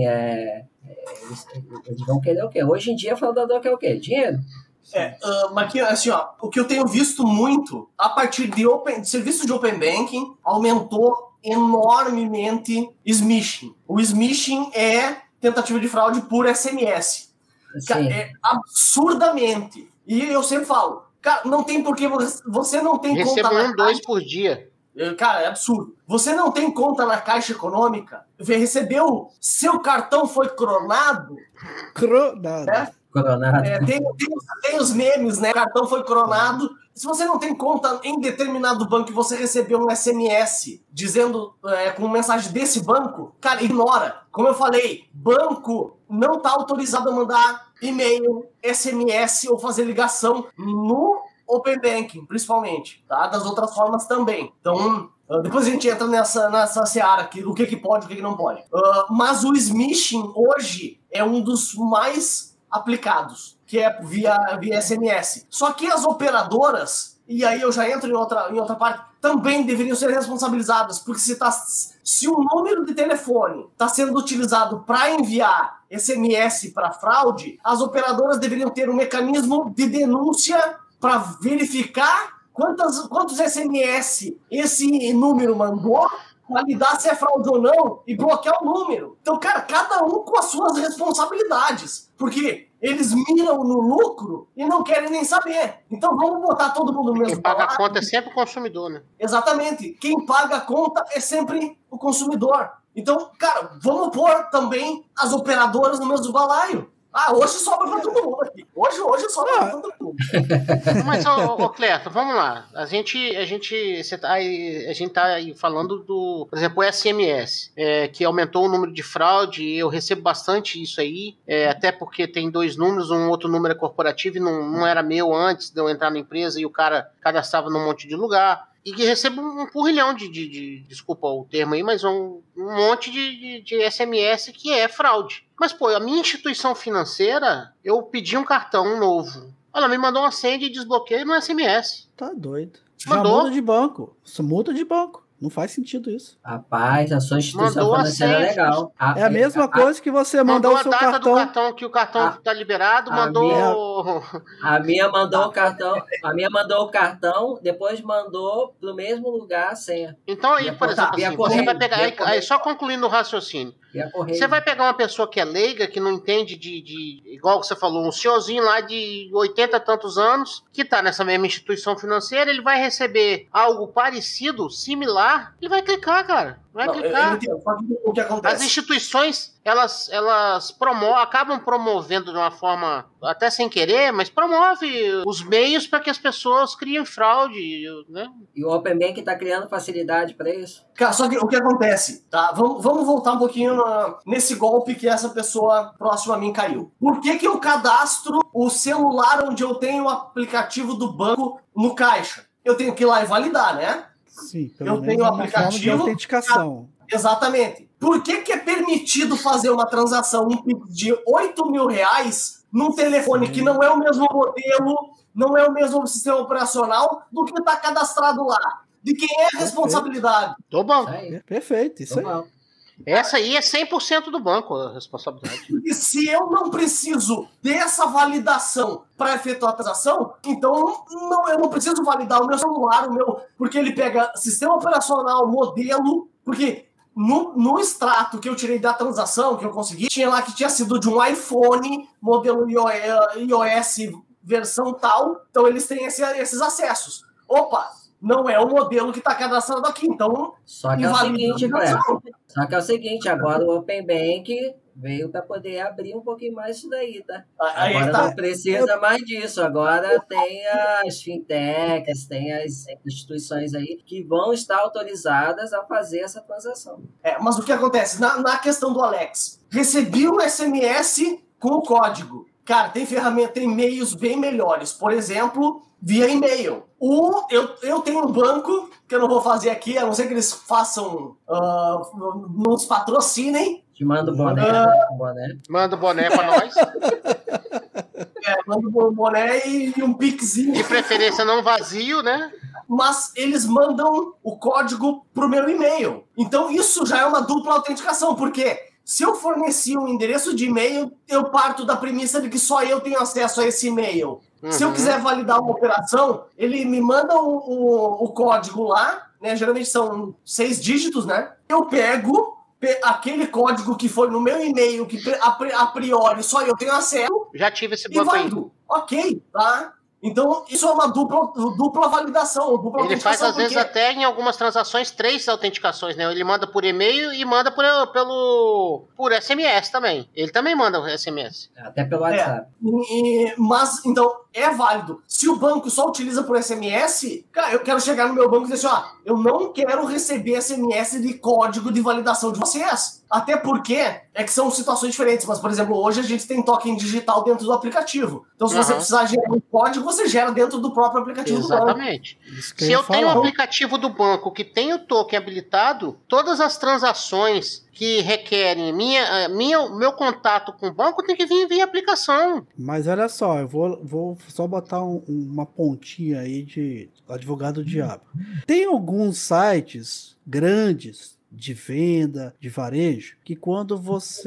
Eles vão querer o quê? Hoje em dia, o fraudador quer o quê? Dinheiro. Marquinhos, assim, o que eu tenho visto muito, a partir de serviços de Open Banking, aumentou enormemente smishing. O smishing é tentativa de fraude por SMS. Cara, absurdamente. E eu sempre falo, cara, não tem porquê você não tem conta na Recebo 2 por dia. Cara, é absurdo. Você não tem conta na Caixa Econômica, recebeu, seu cartão foi cronado. Cronado. Coronado. Tem os memes, né? O cartão foi cronado, se você não tem conta em determinado banco e você recebeu um SMS dizendo, com mensagem desse banco, cara, ignora. Como eu falei, banco não tá autorizado a mandar e-mail, SMS ou fazer ligação no Open Banking, principalmente, tá? Das outras formas também. Então, depois a gente entra nessa seara aqui, o que pode e o que não pode. Mas o smishing hoje é um dos mais aplicados, que é via SMS. Só que as operadoras, e aí eu já entro em outra parte, também deveriam ser responsabilizadas, porque se o número de telefone está sendo utilizado para enviar SMS para fraude, as operadoras deveriam ter um mecanismo de denúncia para verificar quantos SMS esse número mandou, validar se é fraude ou não e bloquear o número. Então, cara, cada um com as suas responsabilidades, porque eles miram no lucro e não querem nem saber. Então vamos botar todo mundo no mesmo Quem paga balaio. a conta é sempre o consumidor, né? Exatamente. Quem paga a conta é sempre o consumidor. Então, cara, vamos pôr também as operadoras no mesmo balaio. Hoje sobra para todo mundo aqui. Hoje sobra para todo mundo. Mas, ô Cleto, vamos lá. A gente tá aí falando do, por exemplo, o SMS, que aumentou o número de fraude. Eu recebo bastante isso aí, até porque tem 2 números, um outro número é corporativo e não era meu antes de eu entrar na empresa e o cara cadastrava num monte de lugar. E que recebo um porrilhão desculpa o termo aí, mas um monte de SMS que é fraude. Mas, pô, a minha instituição financeira, eu pedi um cartão novo. Ela me mandou uma senha de desbloqueio no SMS. Tá doido. Mandou. Já muda de banco. Muda de banco. Não faz sentido isso. Rapaz, a sua instituição Mandou financeira é legal. É a mesma coisa que você mandar o seu a data cartão. do cartão, que o cartão tá liberado, mandou... A minha mandou o cartão, depois mandou pro mesmo lugar a senha. Então aí, por exemplo, assim, você vai pegar... Aí, só concluindo o raciocínio. Você vai pegar uma pessoa que é leiga, que não entende igual você falou, um senhorzinho lá de 80 e tantos anos, que tá nessa mesma instituição financeira, ele vai receber algo parecido, similar, ele vai clicar, cara. Vai clicar. Eu entendo. Só que o que acontece? As instituições, elas acabam promovendo de uma forma, até sem querer, mas promove os meios para que as pessoas criem fraude, né? E o Open Bank está criando facilidade para isso. Cara, só que o que acontece, tá? Vamos voltar um pouquinho nesse golpe que essa pessoa próxima a mim caiu. Por que eu cadastro o celular onde eu tenho o aplicativo do banco no caixa? Eu tenho que ir lá e validar, né? Sim, eu tenho o aplicativo de autenticação. Exatamente. Por que é permitido fazer uma transação de R$8.000 num telefone que não é o mesmo modelo, não é o mesmo sistema operacional do que está cadastrado lá? De quem é a responsabilidade? Do banco. Perfeito, isso aí. Essa aí é 100% do banco a responsabilidade. E se eu não preciso dessa validação para efetuar a transação, então eu não preciso validar o meu celular, porque ele pega sistema operacional, modelo, porque no extrato que eu tirei da transação, que eu consegui, tinha lá que tinha sido de um iPhone, modelo iOS versão tal, então eles têm esses acessos. Opa! Não é o modelo que está cadastrado aqui, então... Só que é o seguinte, agora o Open Bank veio para poder abrir um pouquinho mais isso daí, tá? Agora não precisa mais disso, agora tem as fintechs, tem as instituições aí que vão estar autorizadas a fazer essa transação. Mas o que acontece? Na questão do Alex, recebi um SMS com o código. Cara, tem ferramenta, tem meios bem melhores. Por exemplo, via e-mail. Eu tenho um banco, que eu não vou fazer aqui, a não ser que eles façam, nos patrocinem. Te manda o boné. Manda o boné pra nós. Manda o boné e um pixinho. De preferência não vazio, né? Mas eles mandam o código pro meu e-mail. Então isso já é uma dupla autenticação, porque... Se eu forneci um endereço de e-mail, eu parto da premissa de que só eu tenho acesso a esse e-mail. Uhum. Se eu quiser validar uma operação, ele me manda o código lá, né? Geralmente são 6 dígitos, né? Eu pego aquele código que foi no meu e-mail, que a priori só eu tenho acesso. Já tive esse banco aí. Ok, tá? Então, isso é uma dupla validação, dupla Ele faz, às vezes, até em algumas transações, 3 autenticações, né? Ele manda por e-mail e manda por SMS também. Ele também manda SMS. Até pelo WhatsApp. Mas, então, é válido. Se o banco só utiliza por SMS, cara, eu quero chegar no meu banco e dizer assim, eu não quero receber SMS de código de validação de vocês. Até porque é que são situações diferentes. Mas, por exemplo, hoje a gente tem token digital dentro do aplicativo. Então, se você precisar gerar um código, você gera dentro do próprio aplicativo do banco. Exatamente. Se eu tenho um aplicativo do banco que tem o token habilitado, todas as transações que requerem meu contato com o banco tem que vir via aplicação. Mas olha só, eu vou só botar uma pontinha aí de advogado do diabo. Tem alguns sites grandes de venda, de varejo, que quando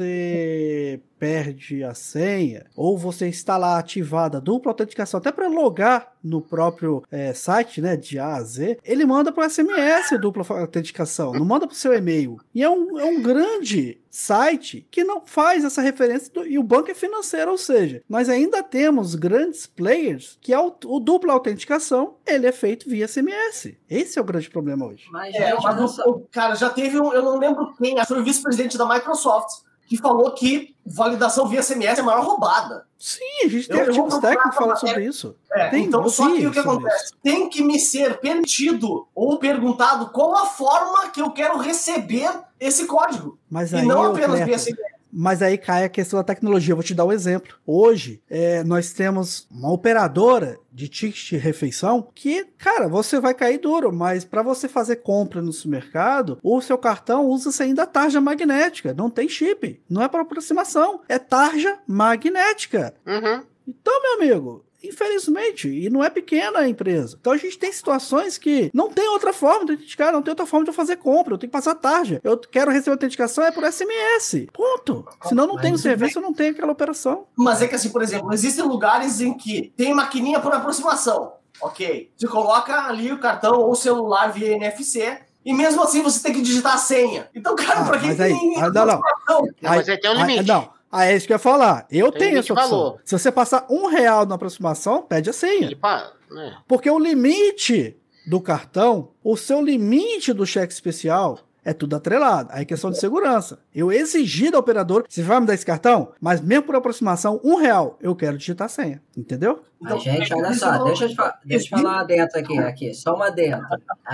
você perde a senha, ou você está lá ativada a dupla autenticação, até para logar no próprio site, né, de A a Z, ele manda para o SMS a dupla autenticação, não manda para o seu e-mail. E é um grande site que não faz essa referência, e o banco é financeiro, ou seja, nós ainda temos grandes players que o dupla autenticação, ele é feito via SMS. Esse é o grande problema hoje. Mas, cara, já teve eu não lembro quem, acho que foi o vice-presidente da Microsoft, que falou que validação via SMS é a maior roubada. Sim, a gente tem artigos técnicos falando sobre isso. Então, só que o que acontece? Isso. Tem que me ser permitido ou perguntado qual a forma que eu quero receber esse código. Mas e aí, não apenas via SMS. Mas aí cai a questão da tecnologia. Eu vou te dar um exemplo. Hoje, nós temos uma operadora de ticket de refeição que, cara, você vai cair duro, mas para você fazer compra no supermercado, o seu cartão usa-se ainda tarja magnética. Não tem chip. Não é para aproximação. É tarja magnética. Uhum. Então, meu amigo, infelizmente, e não é pequena a empresa. Então a gente tem situações que não tem outra forma de autenticar, não tem outra forma de eu fazer compra, eu tenho que passar tarja. Eu quero receber autenticação, é por SMS. Ponto. Senão não tem o serviço, eu não tenho aquela operação. Mas é que assim, por exemplo, existem lugares em que tem maquininha por aproximação. Ok. Você coloca ali o cartão ou o celular via NFC, e mesmo assim você tem que digitar a senha. Então, cara, pra quem tem aproximação... Mas aí tem um limite. Não. É isso que eu ia falar. Eu tenho essa opção. Valor. Se você passar R$1 na aproximação, pede a senha. Porque o limite do cartão, o seu limite do cheque especial, é tudo atrelado. Aí é questão de segurança. Eu exigi da operadora, você vai me dar esse cartão? Mas mesmo por aproximação, R$1, eu quero digitar a senha. Entendeu? Então, gente, olha só, deixa eu falar uma dentro aqui, só uma dentro.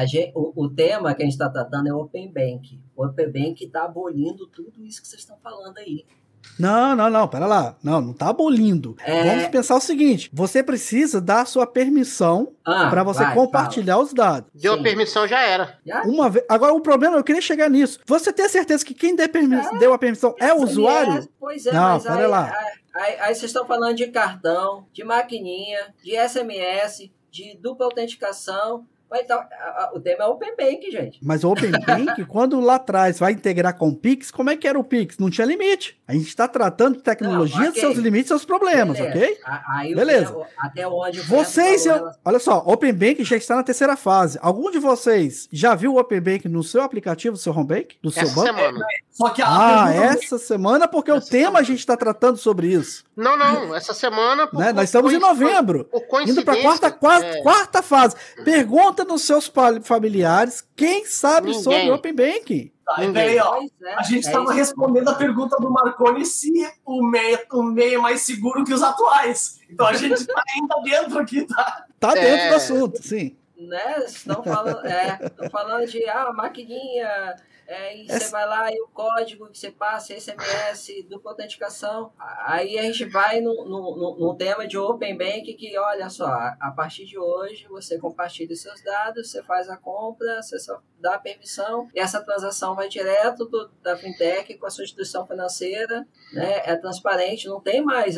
O tema que a gente está tratando é o Open Bank. O Open Bank está abolindo tudo isso que vocês estão falando aí. Não, pera lá. Não tá abolindo. Vamos pensar o seguinte, você precisa dar a sua permissão para você compartilhar os dados. Deu a permissão, já era. Agora, o problema, eu queria chegar nisso. Você tem certeza que quem deu a permissão é o usuário? Pois é, não, mas pera lá. Aí vocês estão falando de cartão, de maquininha, de SMS, de dupla autenticação. Então, o tema é Open Bank, gente. Mas o Open Bank, quando lá atrás vai integrar com o Pix, como é que era o Pix? Não tinha limite. A gente está tratando de tecnologia, seus limites e seus problemas, ok? Aí beleza. Até onde olha só, Open Bank já está na terceira fase. Algum de vocês já viu o Open Bank no seu aplicativo, do seu home bank? Do seu banco? Semana. Só que essa semana, porque o tema a gente está tratando sobre isso. Não, essa semana... Nós estamos em novembro, indo para a quarta fase. Pergunta nos seus familiares quem sabe sobre o Open Bank. Peraí, ó. A gente estava respondendo a pergunta do Marconi se o MEI é mais seguro que os atuais. Então a gente está ainda dentro aqui, tá? Tá dentro do assunto, sim. Né? Estão falando de maquininha... e você vai lá e o código que você passa, SMS, dupla autenticação. Aí a gente vai no tema de Open Bank que, olha só, a partir de hoje você compartilha os seus dados, você faz a compra, você só dá a permissão, e essa transação vai direto da fintech com a sua instituição financeira, né? É transparente, não tem mais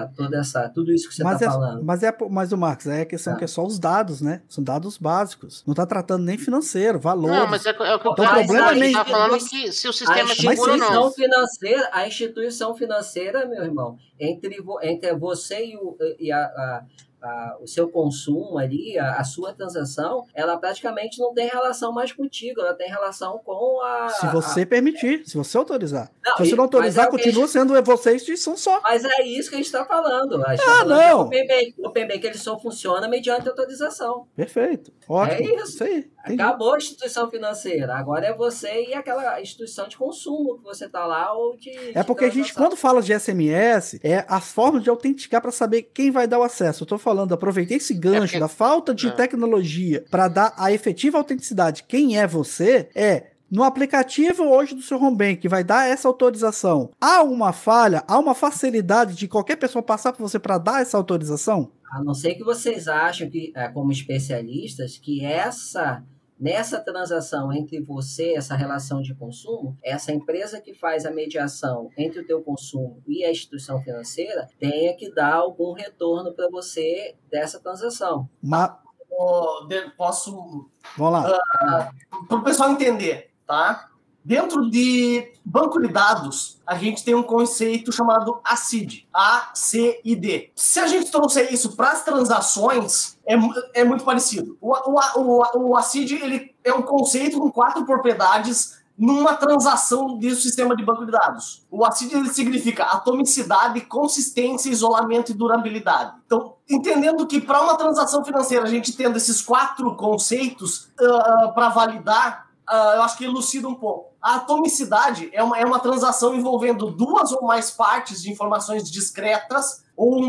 tudo isso que você está falando. Mas o Marcos, a questão que é só os dados, né? São dados básicos. Não está tratando nem financeiro, valores. Não, mas é o que eu então, o problema é tá falando que se o sistema é seguro ou não. A instituição financeira, meu irmão, entre você o seu consumo ali, a sua transação, ela praticamente não tem relação mais contigo, ela tem relação com Se você permitir, se você autorizar. Não, se você não autorizar, continua sendo você e instituição só. Mas é isso que a gente está falando. Não! O Open Banking ele só funciona mediante autorização. Perfeito. Ótimo. É isso. Aí. Acabou a instituição financeira. Agora é você e aquela instituição de consumo que você está lá ou de porque a gente, quando fala de SMS, é a forma de autenticar para saber quem vai dar o acesso. Eu estou falando, aproveitei esse gancho da falta de tecnologia para dar a efetiva autenticidade. Quem é você no aplicativo hoje do seu home bank que vai dar essa autorização. Há uma falha, há uma facilidade de qualquer pessoa passar por você para dar essa autorização? A não ser que vocês achem, que, como especialistas, que nessa transação entre você, essa relação de consumo, essa empresa que faz a mediação entre o teu consumo e a instituição financeira tenha que dar algum retorno para você dessa transação. Posso... Vamos lá. Para o pessoal entender, tá? Dentro de banco de dados, a gente tem um conceito chamado ACID. A-C-I-D. Se a gente trouxer isso para as transações, é muito parecido. O ACID ele é um conceito com 4 propriedades numa transação de sistema de banco de dados. O ACID ele significa atomicidade, consistência, isolamento e durabilidade. Então, entendendo que para uma transação financeira a gente tendo esses 4 conceitos para validar, eu acho que elucida um pouco. A atomicidade é uma transação envolvendo 2 ou mais partes de informações discretas, ou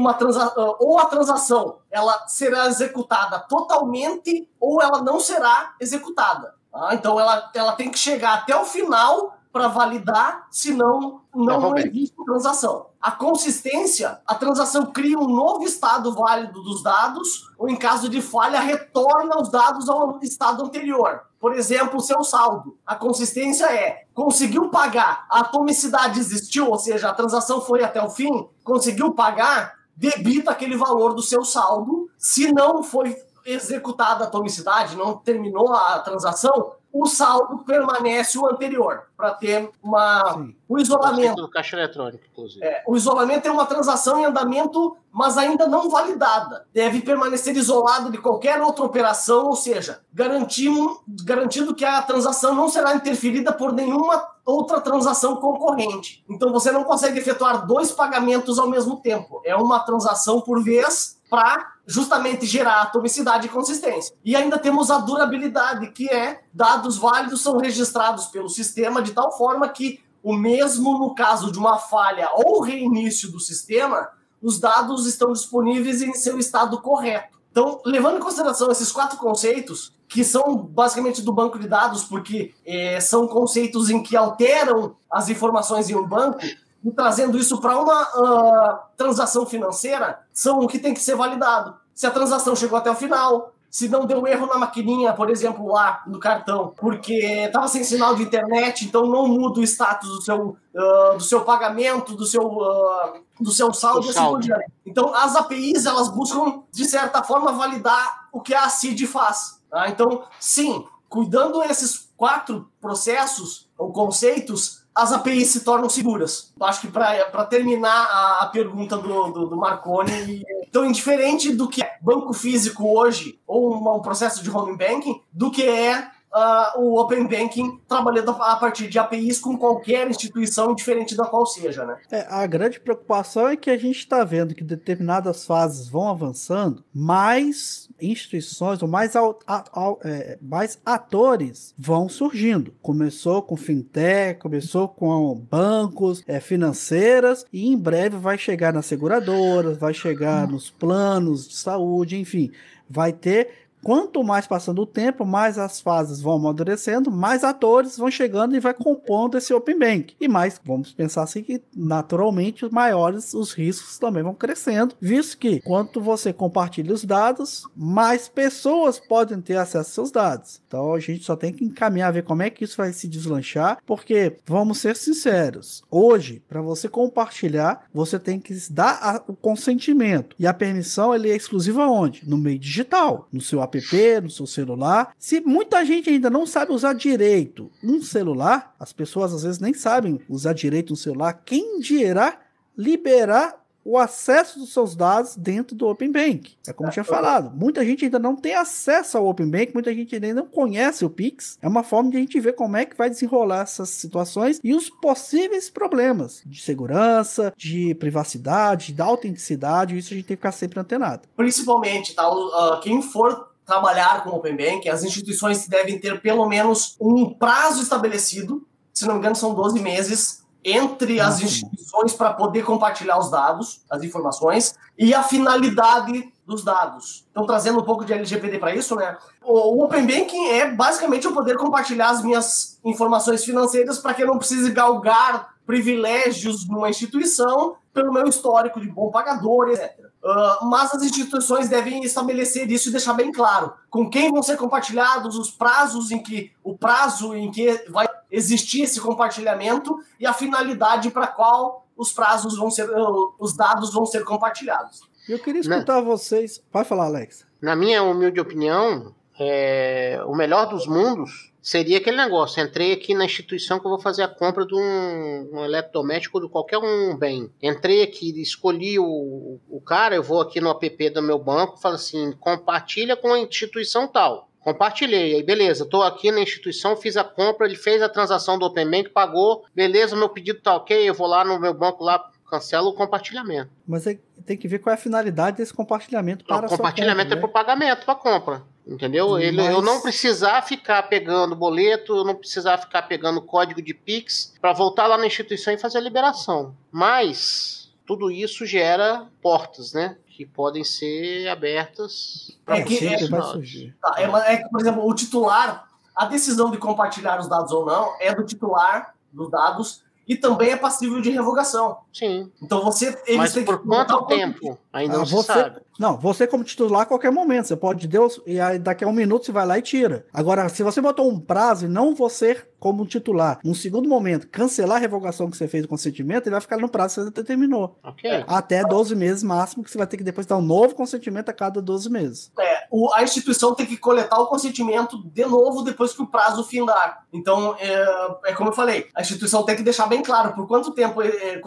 a transação ela será executada totalmente ou ela não será executada. Tá? Então ela tem que chegar até o final para validar, senão não existe transação. A consistência, a transação cria um novo estado válido dos dados, ou em caso de falha, retorna os dados ao estado anterior. Por exemplo, o seu saldo. A consistência conseguiu pagar, a atomicidade existiu, ou seja, a transação foi até o fim, conseguiu pagar, debita aquele valor do seu saldo. Se não foi executada a atomicidade, não terminou a transação, o saldo permanece o anterior, para ter o isolamento. Do caixa eletrônico, inclusive. O isolamento é uma transação em andamento, mas ainda não validada. Deve permanecer isolado de qualquer outra operação, ou seja, garantindo que a transação não será interferida por nenhuma outra transação concorrente. Então você não consegue efetuar 2 pagamentos ao mesmo tempo. É uma transação por vez para justamente gerar atomicidade e consistência. E ainda temos a durabilidade, que dados válidos são registrados pelo sistema de tal forma que o mesmo no caso de uma falha ou reinício do sistema, os dados estão disponíveis em seu estado correto. Então, levando em consideração esses 4 conceitos, que são basicamente do banco de dados, porque são conceitos em que alteram as informações em um banco, e trazendo isso para uma transação financeira, são o que tem que ser validado. Se a transação chegou até o final, se não deu erro na maquininha, por exemplo, lá no cartão, porque estava sem sinal de internet, então não muda o status do seu pagamento, do seu saldo e assim por diante. Então, as APIs, elas buscam, de certa forma, validar o que a ACID faz. Tá? Então, sim, cuidando desses 4 processos ou conceitos, as APIs se tornam seguras. Acho que para terminar a pergunta do Marconi, então, indiferente do que é banco físico hoje ou um processo de home banking, do que o Open Banking trabalhando a partir de APIs com qualquer instituição, indiferente da qual seja, né? A grande preocupação é que a gente está vendo que determinadas fases vão avançando, mais instituições ou mais atores vão surgindo. Começou com fintech, começou com bancos, financeiras, e em breve vai chegar nas seguradoras, vai chegar nos planos de saúde, enfim, vai ter. Quanto mais passando o tempo, mais as fases vão amadurecendo, mais atores vão chegando e vai compondo esse Open Bank. E mais, vamos pensar assim que naturalmente maiores os riscos também vão crescendo, visto que quanto você compartilha os dados, mais pessoas podem ter acesso aos seus dados. Então a gente só tem que encaminhar, ver como é que isso vai se deslanchar, porque vamos ser sinceros, hoje, para você compartilhar, você tem que dar o consentimento. E a permissão ele é exclusiva onde? No meio digital, no seu app, no seu celular. Se muita gente ainda não sabe usar direito um celular, as pessoas às vezes nem sabem usar direito um celular, quem dirá liberar o acesso dos seus dados dentro do Open Bank. É como eu tinha falado, muita gente ainda não tem acesso ao Open Bank, muita gente ainda não conhece o Pix. É uma forma de a gente ver como é que vai desenrolar essas situações e os possíveis problemas de segurança, de privacidade, da autenticidade. Isso a gente tem que ficar sempre antenado. Principalmente, tá? Quem for trabalhar com o Open Bank, as instituições devem ter pelo menos um prazo estabelecido, se não me engano são 12 meses, entre as instituições para poder compartilhar os dados, as informações, e a finalidade dos dados. Então, trazendo um pouco de LGPD para isso, né? O Open Banking é basicamente eu poder compartilhar as minhas informações financeiras para que eu não precise galgar privilégios numa instituição pelo meu histórico de bom pagador, etc. Mas as instituições devem estabelecer isso e deixar bem claro com quem vão ser compartilhados, o prazo em que vai existir esse compartilhamento e a finalidade para qual os dados vão ser compartilhados. Eu queria escutar vocês. Pode falar, Alex. Na minha humilde opinião, o melhor dos mundos seria aquele negócio. Entrei aqui na instituição que eu vou fazer a compra de um eletrodoméstico de qualquer um bem. Entrei aqui, escolhi o cara, eu vou aqui no app do meu banco, falo assim, compartilha com a instituição tal. Compartilhei, aí beleza, tô aqui na instituição, fiz a compra, ele fez a transação do Open Bank, pagou, beleza, meu pedido tá ok, eu vou lá no meu banco, lá cancelo o compartilhamento. Mas tem que ver qual é a finalidade desse compartilhamento para a sua compra. O compartilhamento é para o pagamento, para a compra. Entendeu? Eu não precisar ficar pegando boleto, eu não precisar ficar pegando código de Pix para voltar lá na instituição e fazer a liberação. Mas tudo isso gera portas, né? Que podem ser abertas. Vai surgir. Por exemplo, o titular, a decisão de compartilhar os dados ou não é do titular dos dados e também é passível de revogação. Sim. Então mas por quanto tempo? Ainda não se sabe. Não, você como titular a qualquer momento, você pode e aí daqui a um minuto você vai lá e tira. Agora, se você botou um prazo e não você como titular, num segundo momento, cancelar a revogação que você fez do consentimento, ele vai ficar no prazo que você determinou. Ok. Até 12 meses máximo, que você vai ter que depois dar um novo consentimento a cada 12 meses. A instituição tem que coletar o consentimento de novo depois que o prazo findar. Então, como eu falei, a instituição tem que deixar bem claro por quanto tempo,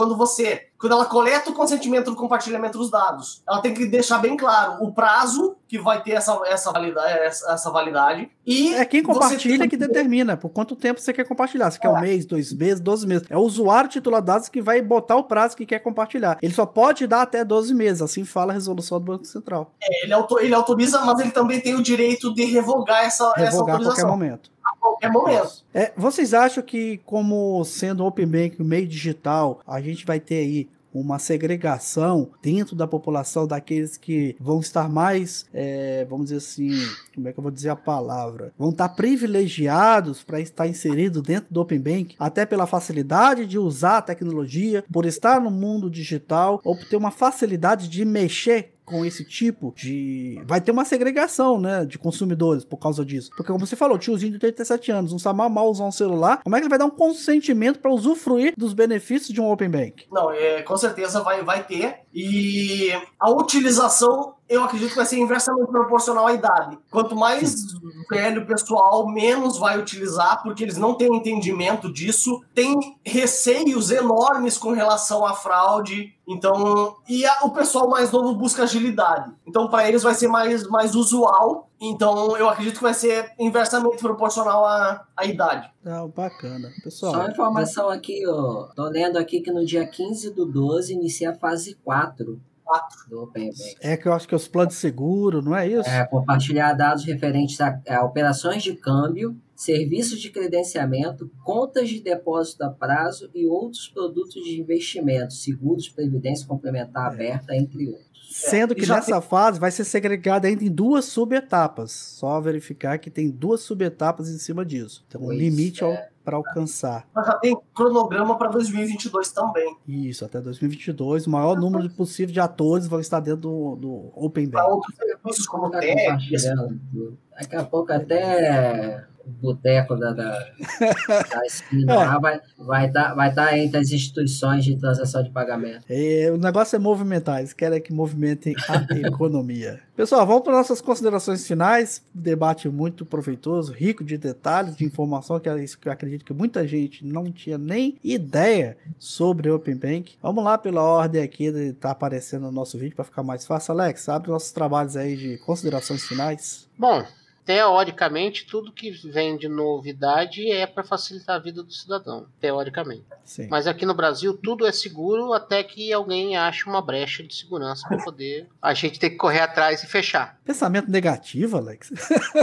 quando ela coleta o consentimento do compartilhamento dos dados, ela tem que deixar bem claro o prazo que vai ter essa validade. E quem compartilha que determina por quanto tempo você quer compartilhar. Se quer um mês, 2 meses, 12 meses. É o usuário titular de dados que vai botar o prazo que quer compartilhar. Ele só pode dar até 12 meses. Assim fala a resolução do Banco Central. Ele autoriza, mas ele também tem o direito de revogar essa autorização. A qualquer momento. A qualquer momento. Vocês acham que, como sendo Open Bank um meio digital, a gente vai ter aí uma segregação dentro da população daqueles que vão estar mais, vamos dizer assim, como é que eu vou dizer a palavra? Vão estar privilegiados para estar inseridos dentro do Open Bank, até pela facilidade de usar a tecnologia, por estar no mundo digital, ou por ter uma facilidade de mexer com esse tipo de... Vai ter uma segregação, né, de consumidores por causa disso. Porque, como você falou, tiozinho de 37 anos, não sabe mal usar um celular, como é que ele vai dar um consentimento para usufruir dos benefícios de um Open Bank? Não, com certeza vai ter. E a utilização, eu acredito que vai ser inversamente proporcional à idade. Quanto mais velho o pessoal, menos vai utilizar, porque eles não têm entendimento disso, tem receios enormes com relação à fraude. Então, o pessoal mais novo busca agilidade. Então, para eles vai ser mais usual. Então, eu acredito que vai ser inversamente proporcional à idade. Bacana. Pessoal, só uma informação aqui, ó. Tô lendo aqui que no dia 15/12 inicia a fase 4 do Open Bank. Que eu acho que é os planos de seguro, não é isso? Compartilhar dados referentes a operações de câmbio, serviços de credenciamento, contas de depósito a prazo e outros produtos de investimento, seguros, previdência complementar aberta, entre outros. Sendo que nessa fase vai ser segregada ainda em 2 subetapas. Só verificar que tem 2 subetapas em cima disso. Então, um limite para alcançar. Mas já tem cronograma para 2022 também. Isso, até 2022. O maior número possível de atores vão estar dentro do Open Bank. Para outros serviços como TED. Daqui a pouco até o boteco da esquina lá vai estar entre as instituições de transação de pagamento. O negócio é movimentar, eles querem que movimentem a economia. Pessoal, vamos para nossas considerações finais. Debate muito proveitoso, rico de detalhes, de informação, que é isso que eu acredito que muita gente não tinha nem ideia sobre o Open Bank. Vamos lá pela ordem aqui, está aparecendo no nosso vídeo para ficar mais fácil. Alex, abre nossos trabalhos aí de considerações finais. Bom, teoricamente, tudo que vem de novidade é para facilitar a vida do cidadão, teoricamente. Sim. Mas aqui no Brasil, tudo é seguro até que alguém ache uma brecha de segurança para poder a gente ter que correr atrás e fechar. Pensamento negativo, Alex?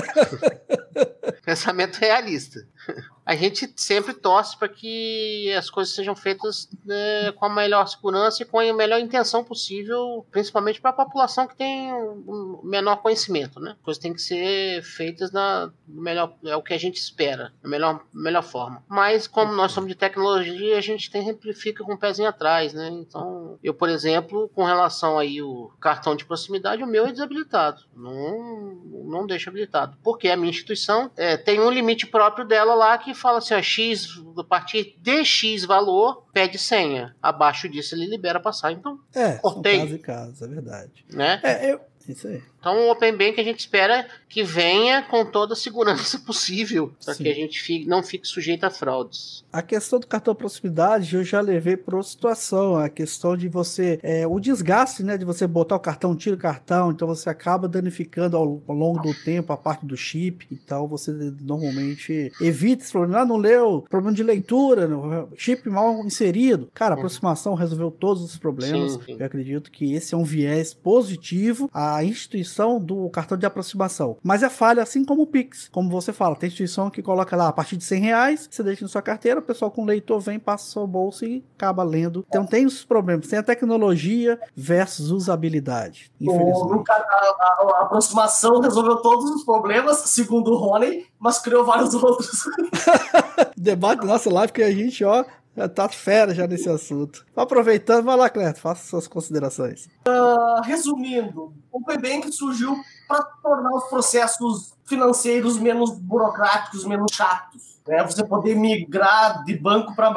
Pensamento realista. A gente sempre torce para que as coisas sejam feitas com a melhor segurança e com a melhor intenção possível, principalmente para a população que tem um menor conhecimento, né? As coisas têm que ser feitas melhor, é o que a gente espera, da melhor forma. Mas como nós somos de tecnologia, a gente sempre fica com o pezinho atrás, né? Então, eu, por exemplo, com relação aí o cartão de proximidade, o meu é desabilitado. Não deixo habilitado. Porque a minha instituição tem um limite próprio dela lá que fala assim, X, a partir de X valor, pede senha. Abaixo disso ele libera passar. Então, cortei. Caso e caso, é verdade. Né? Isso aí. Então o Open Bank a gente espera que venha com toda a segurança possível, para que a gente não fique sujeito a fraudes. A questão do cartão proximidade eu já levei para outra situação, a questão de você, o desgaste, né, de você botar o cartão, tira o cartão, então você acaba danificando ao longo do tempo a parte do chip, então você normalmente evita esse problema, não leu, problema de leitura, chip mal inserido. Cara, a aproximação resolveu todos os problemas. Sim. Eu acredito que esse é um viés positivo à instituição do cartão de aproximação. Mas é falha, assim como o Pix. Como você fala, tem instituição que coloca lá a partir de R$100, você deixa na sua carteira, o pessoal com leitor vem, passa o seu bolso e acaba lendo. Então tem os problemas. Tem a tecnologia versus usabilidade. Infelizmente. A aproximação resolveu todos os problemas, segundo o Rony, mas criou vários outros. Debate da nossa live que a gente, já tá fera já nesse assunto. Aproveitando, vai lá, Cleto, faça suas considerações. Resumindo, o Open Bank surgiu para tornar os processos financeiros menos burocráticos, menos chatos. Você poder migrar de banco para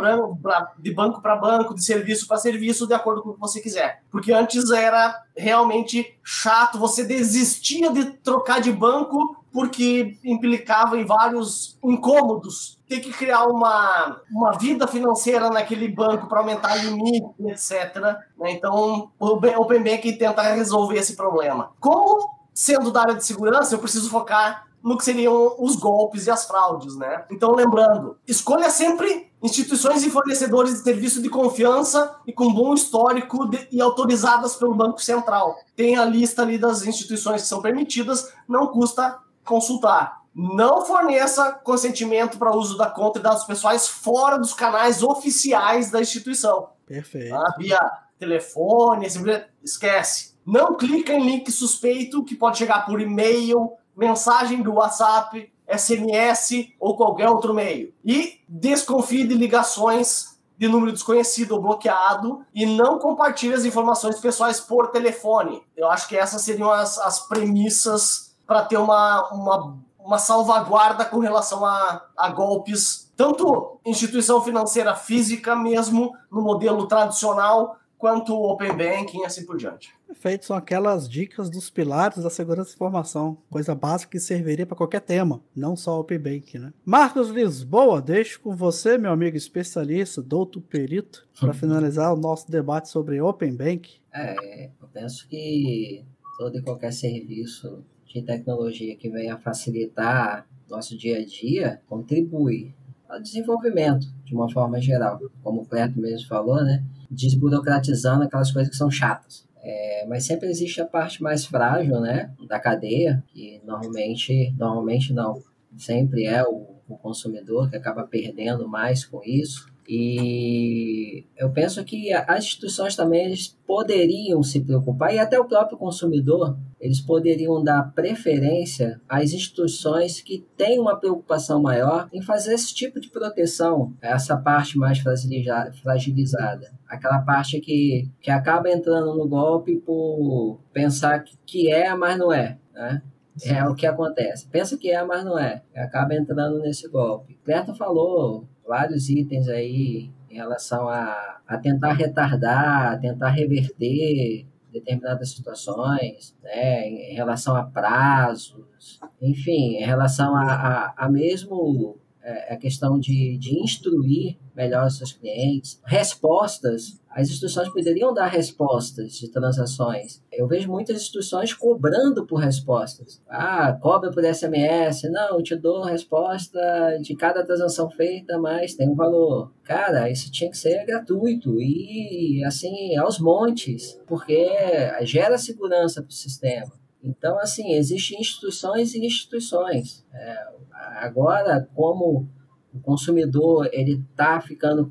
banco, de serviço para serviço, de acordo com o que você quiser. Porque antes era realmente chato, você desistia de trocar de banco porque implicava em vários incômodos. Ter que criar uma vida financeira naquele banco para aumentar limite, etc. Então, o Open Bank tenta resolver esse problema. Como, sendo da área de segurança, eu preciso focar no que seriam os golpes e as fraudes, né? Então, lembrando, escolha sempre instituições e fornecedores de serviço de confiança e com bom histórico e autorizadas pelo Banco Central. Tem a lista ali das instituições que são permitidas, não custa consultar. Não forneça consentimento para uso da conta e dados pessoais fora dos canais oficiais da instituição. Perfeito. Via telefone, esquece. Não clica em link suspeito que pode chegar por e-mail, mensagem do WhatsApp, SMS ou qualquer outro meio. E desconfie de ligações de número desconhecido ou bloqueado e não compartilhe as informações pessoais por telefone. Eu acho que essas seriam as premissas para ter uma salvaguarda com relação a golpes, tanto instituição financeira física mesmo, no modelo tradicional, quanto o Open Banking e assim por diante. Perfeito, são aquelas dicas dos pilares da segurança da informação, coisa básica que serviria para qualquer tema, não só o Open Banking, né? Marcos Lisboa, deixo com você, meu amigo especialista, doutor perito, para finalizar o nosso debate sobre Open Banking. Eu penso que todo e qualquer serviço de tecnologia que venha facilitar nosso dia a dia contribui ao desenvolvimento de uma forma geral, como o Cleto mesmo falou, né? Desburocratizando aquelas coisas que são chatas. Mas sempre existe a parte mais frágil, né, da cadeia, que normalmente não, sempre é o consumidor que acaba perdendo mais com isso. E eu penso que as instituições também eles poderiam se preocupar, e até o próprio consumidor, eles poderiam dar preferência às instituições que têm uma preocupação maior em fazer esse tipo de proteção, essa parte mais fragilizada. Aquela parte que acaba entrando no golpe por pensar que mas não é, né? É o que acontece. Pensa que é, mas não é. Acaba entrando nesse golpe. Clerton falou vários itens aí em relação a tentar retardar, tentar reverter determinadas situações, né, em relação a prazos, enfim, em relação a mesmo a questão de instruir melhor os seus clientes, respostas. As instituições poderiam dar respostas de transações. Eu vejo muitas instituições cobrando por respostas. Cobra por SMS. Não, eu te dou resposta de cada transação feita, mas tem um valor. Cara, isso tinha que ser gratuito e, assim, aos montes, porque gera segurança para o sistema. Então, assim, existem instituições e instituições. Agora, como o consumidor ele está ficando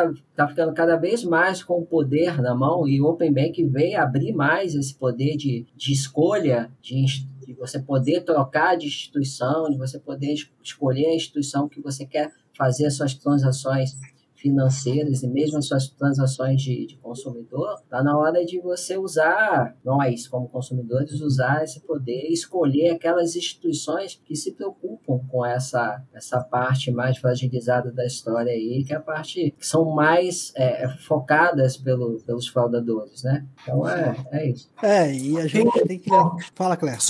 cada vez mais com o poder na mão, e o Open Banking veio abrir mais esse poder de escolha, de você poder trocar de instituição, de você poder escolher a instituição que você quer fazer as suas transações financeiras e mesmo as suas transações de consumidor. Está na hora de você usar, nós como consumidores, usar esse poder e escolher aquelas instituições que se preocupam com essa parte mais fragilizada da história aí, que é a parte que são mais focadas pelos fraudadores, né? Então é isso. E a gente tem que... Fala, Cléber.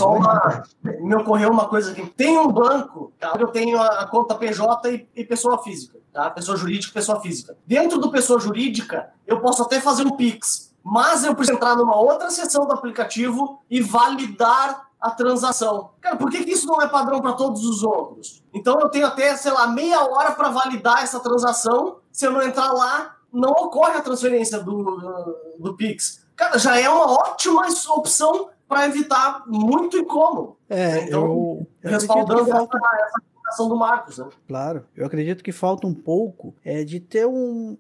Me ocorreu uma coisa aqui. Tem um banco, tá? Eu tenho a conta PJ e pessoa física. Tá? Pessoa jurídica e pessoa física. Dentro do pessoa jurídica, eu posso até fazer um Pix, mas eu preciso entrar numa outra seção do aplicativo e validar a transação. Cara, por que isso não é padrão para todos os outros? Então eu tenho até, meia hora para validar essa transação. Se eu não entrar lá, não ocorre a transferência do Pix. Cara, já é uma ótima opção para evitar muito incômodo. Então, eu respaldando essa do Marcos, né? Claro, eu acredito que falta um pouco de ter um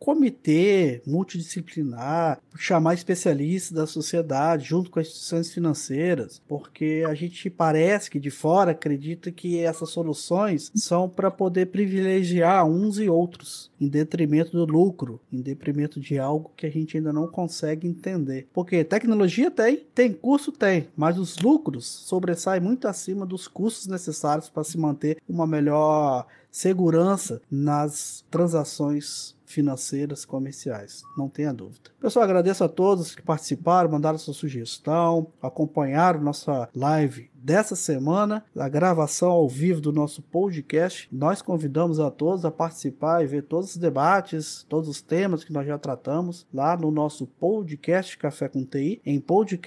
comitê multidisciplinar, chamar especialistas da sociedade junto com as instituições financeiras, porque a gente parece que de fora acredita que essas soluções são para poder privilegiar uns e outros, em detrimento do lucro, em detrimento de algo que a gente ainda não consegue entender. Porque tecnologia tem custo, mas os lucros sobressaem muito acima dos custos necessários para se manter uma melhor segurança nas transações financeiras comerciais, não tenha dúvida. Pessoal, agradeço a todos que participaram, mandaram sua sugestão, acompanharam nossa live dessa semana, a gravação ao vivo do nosso podcast. Nós convidamos a todos a participar e ver todos os debates, todos os temas que nós já tratamos lá no nosso podcast Café com TI, em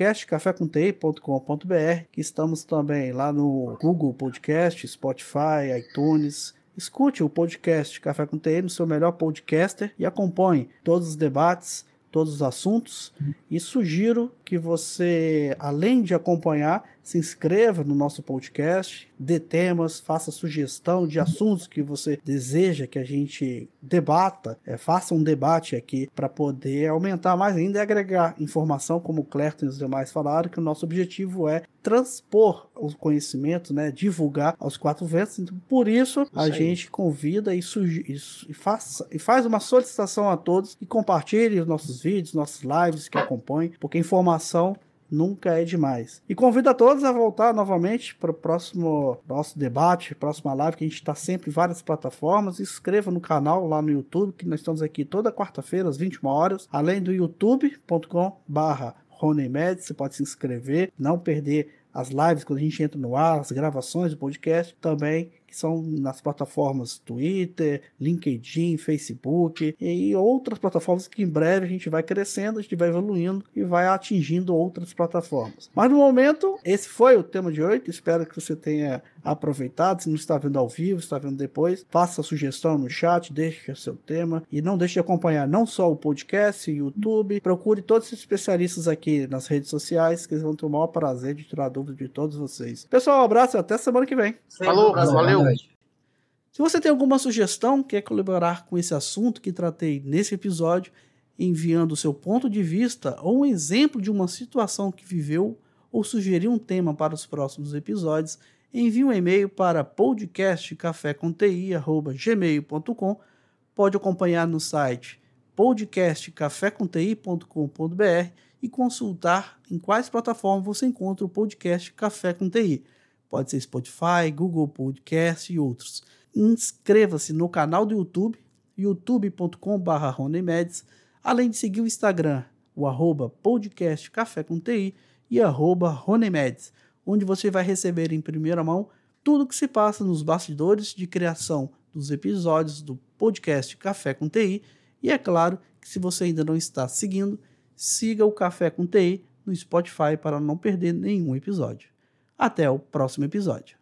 podcastcafécomti.com.br, que estamos também lá no Google Podcast, Spotify, iTunes. Escute o podcast Café com TI no seu melhor podcaster e acompanhe todos os debates, todos os assuntos, e sugiro que você, além de acompanhar, se inscreva no nosso podcast, dê temas, faça sugestão de assuntos que você deseja que a gente debata, faça um debate aqui para poder aumentar mais ainda e agregar informação, como o Clerton e os demais falaram, que o nosso objetivo é transpor o conhecimento, né, divulgar aos quatro ventos. Então, por isso a gente convida e faz uma solicitação a todos e compartilhe os nossos vídeos, nossas lives, que acompanhem, porque informação nunca é demais. E convido a todos a voltar novamente para o próximo nosso debate, próxima live, que a gente está sempre em várias plataformas. Se inscreva no canal lá no YouTube, que nós estamos aqui toda quarta-feira às 21 horas, além do youtube.com/RonyMed, você pode se inscrever, não perder as lives quando a gente entra no ar, as gravações do podcast também, que são nas plataformas Twitter, LinkedIn, Facebook e outras plataformas que em breve a gente vai crescendo, a gente vai evoluindo e vai atingindo outras plataformas. Mas no momento, esse foi o tema de hoje. Espero que você tenha aproveitado. Se não está vendo ao vivo, está vendo depois, faça a sugestão no chat, deixe o seu tema e não deixe de acompanhar não só o podcast, o YouTube, procure todos os especialistas aqui nas redes sociais, que eles vão ter o maior prazer de tirar dúvidas de todos vocês. Pessoal, um abraço e até semana que vem. Falou, valeu. Se você tem alguma sugestão, quer colaborar com esse assunto que tratei nesse episódio, enviando o seu ponto de vista ou um exemplo de uma situação que viveu ou sugerir um tema para os próximos episódios, envie um e-mail para podcastcafécomti@gmail.com. Pode acompanhar no site podcastcafécomti.com.br e consultar em quais plataformas você encontra o podcast Café com TI. pode ser Spotify, Google Podcast e outros. Inscreva-se no canal do YouTube, youtube.com/RoneMeds, além de seguir o Instagram, o @podcast Café com TI e @RoneMeds, onde você vai receber em primeira mão tudo o que se passa nos bastidores de criação dos episódios do podcast Café com TI. E é claro que se você ainda não está seguindo, siga o Café com TI no Spotify para não perder nenhum episódio. Até o próximo episódio.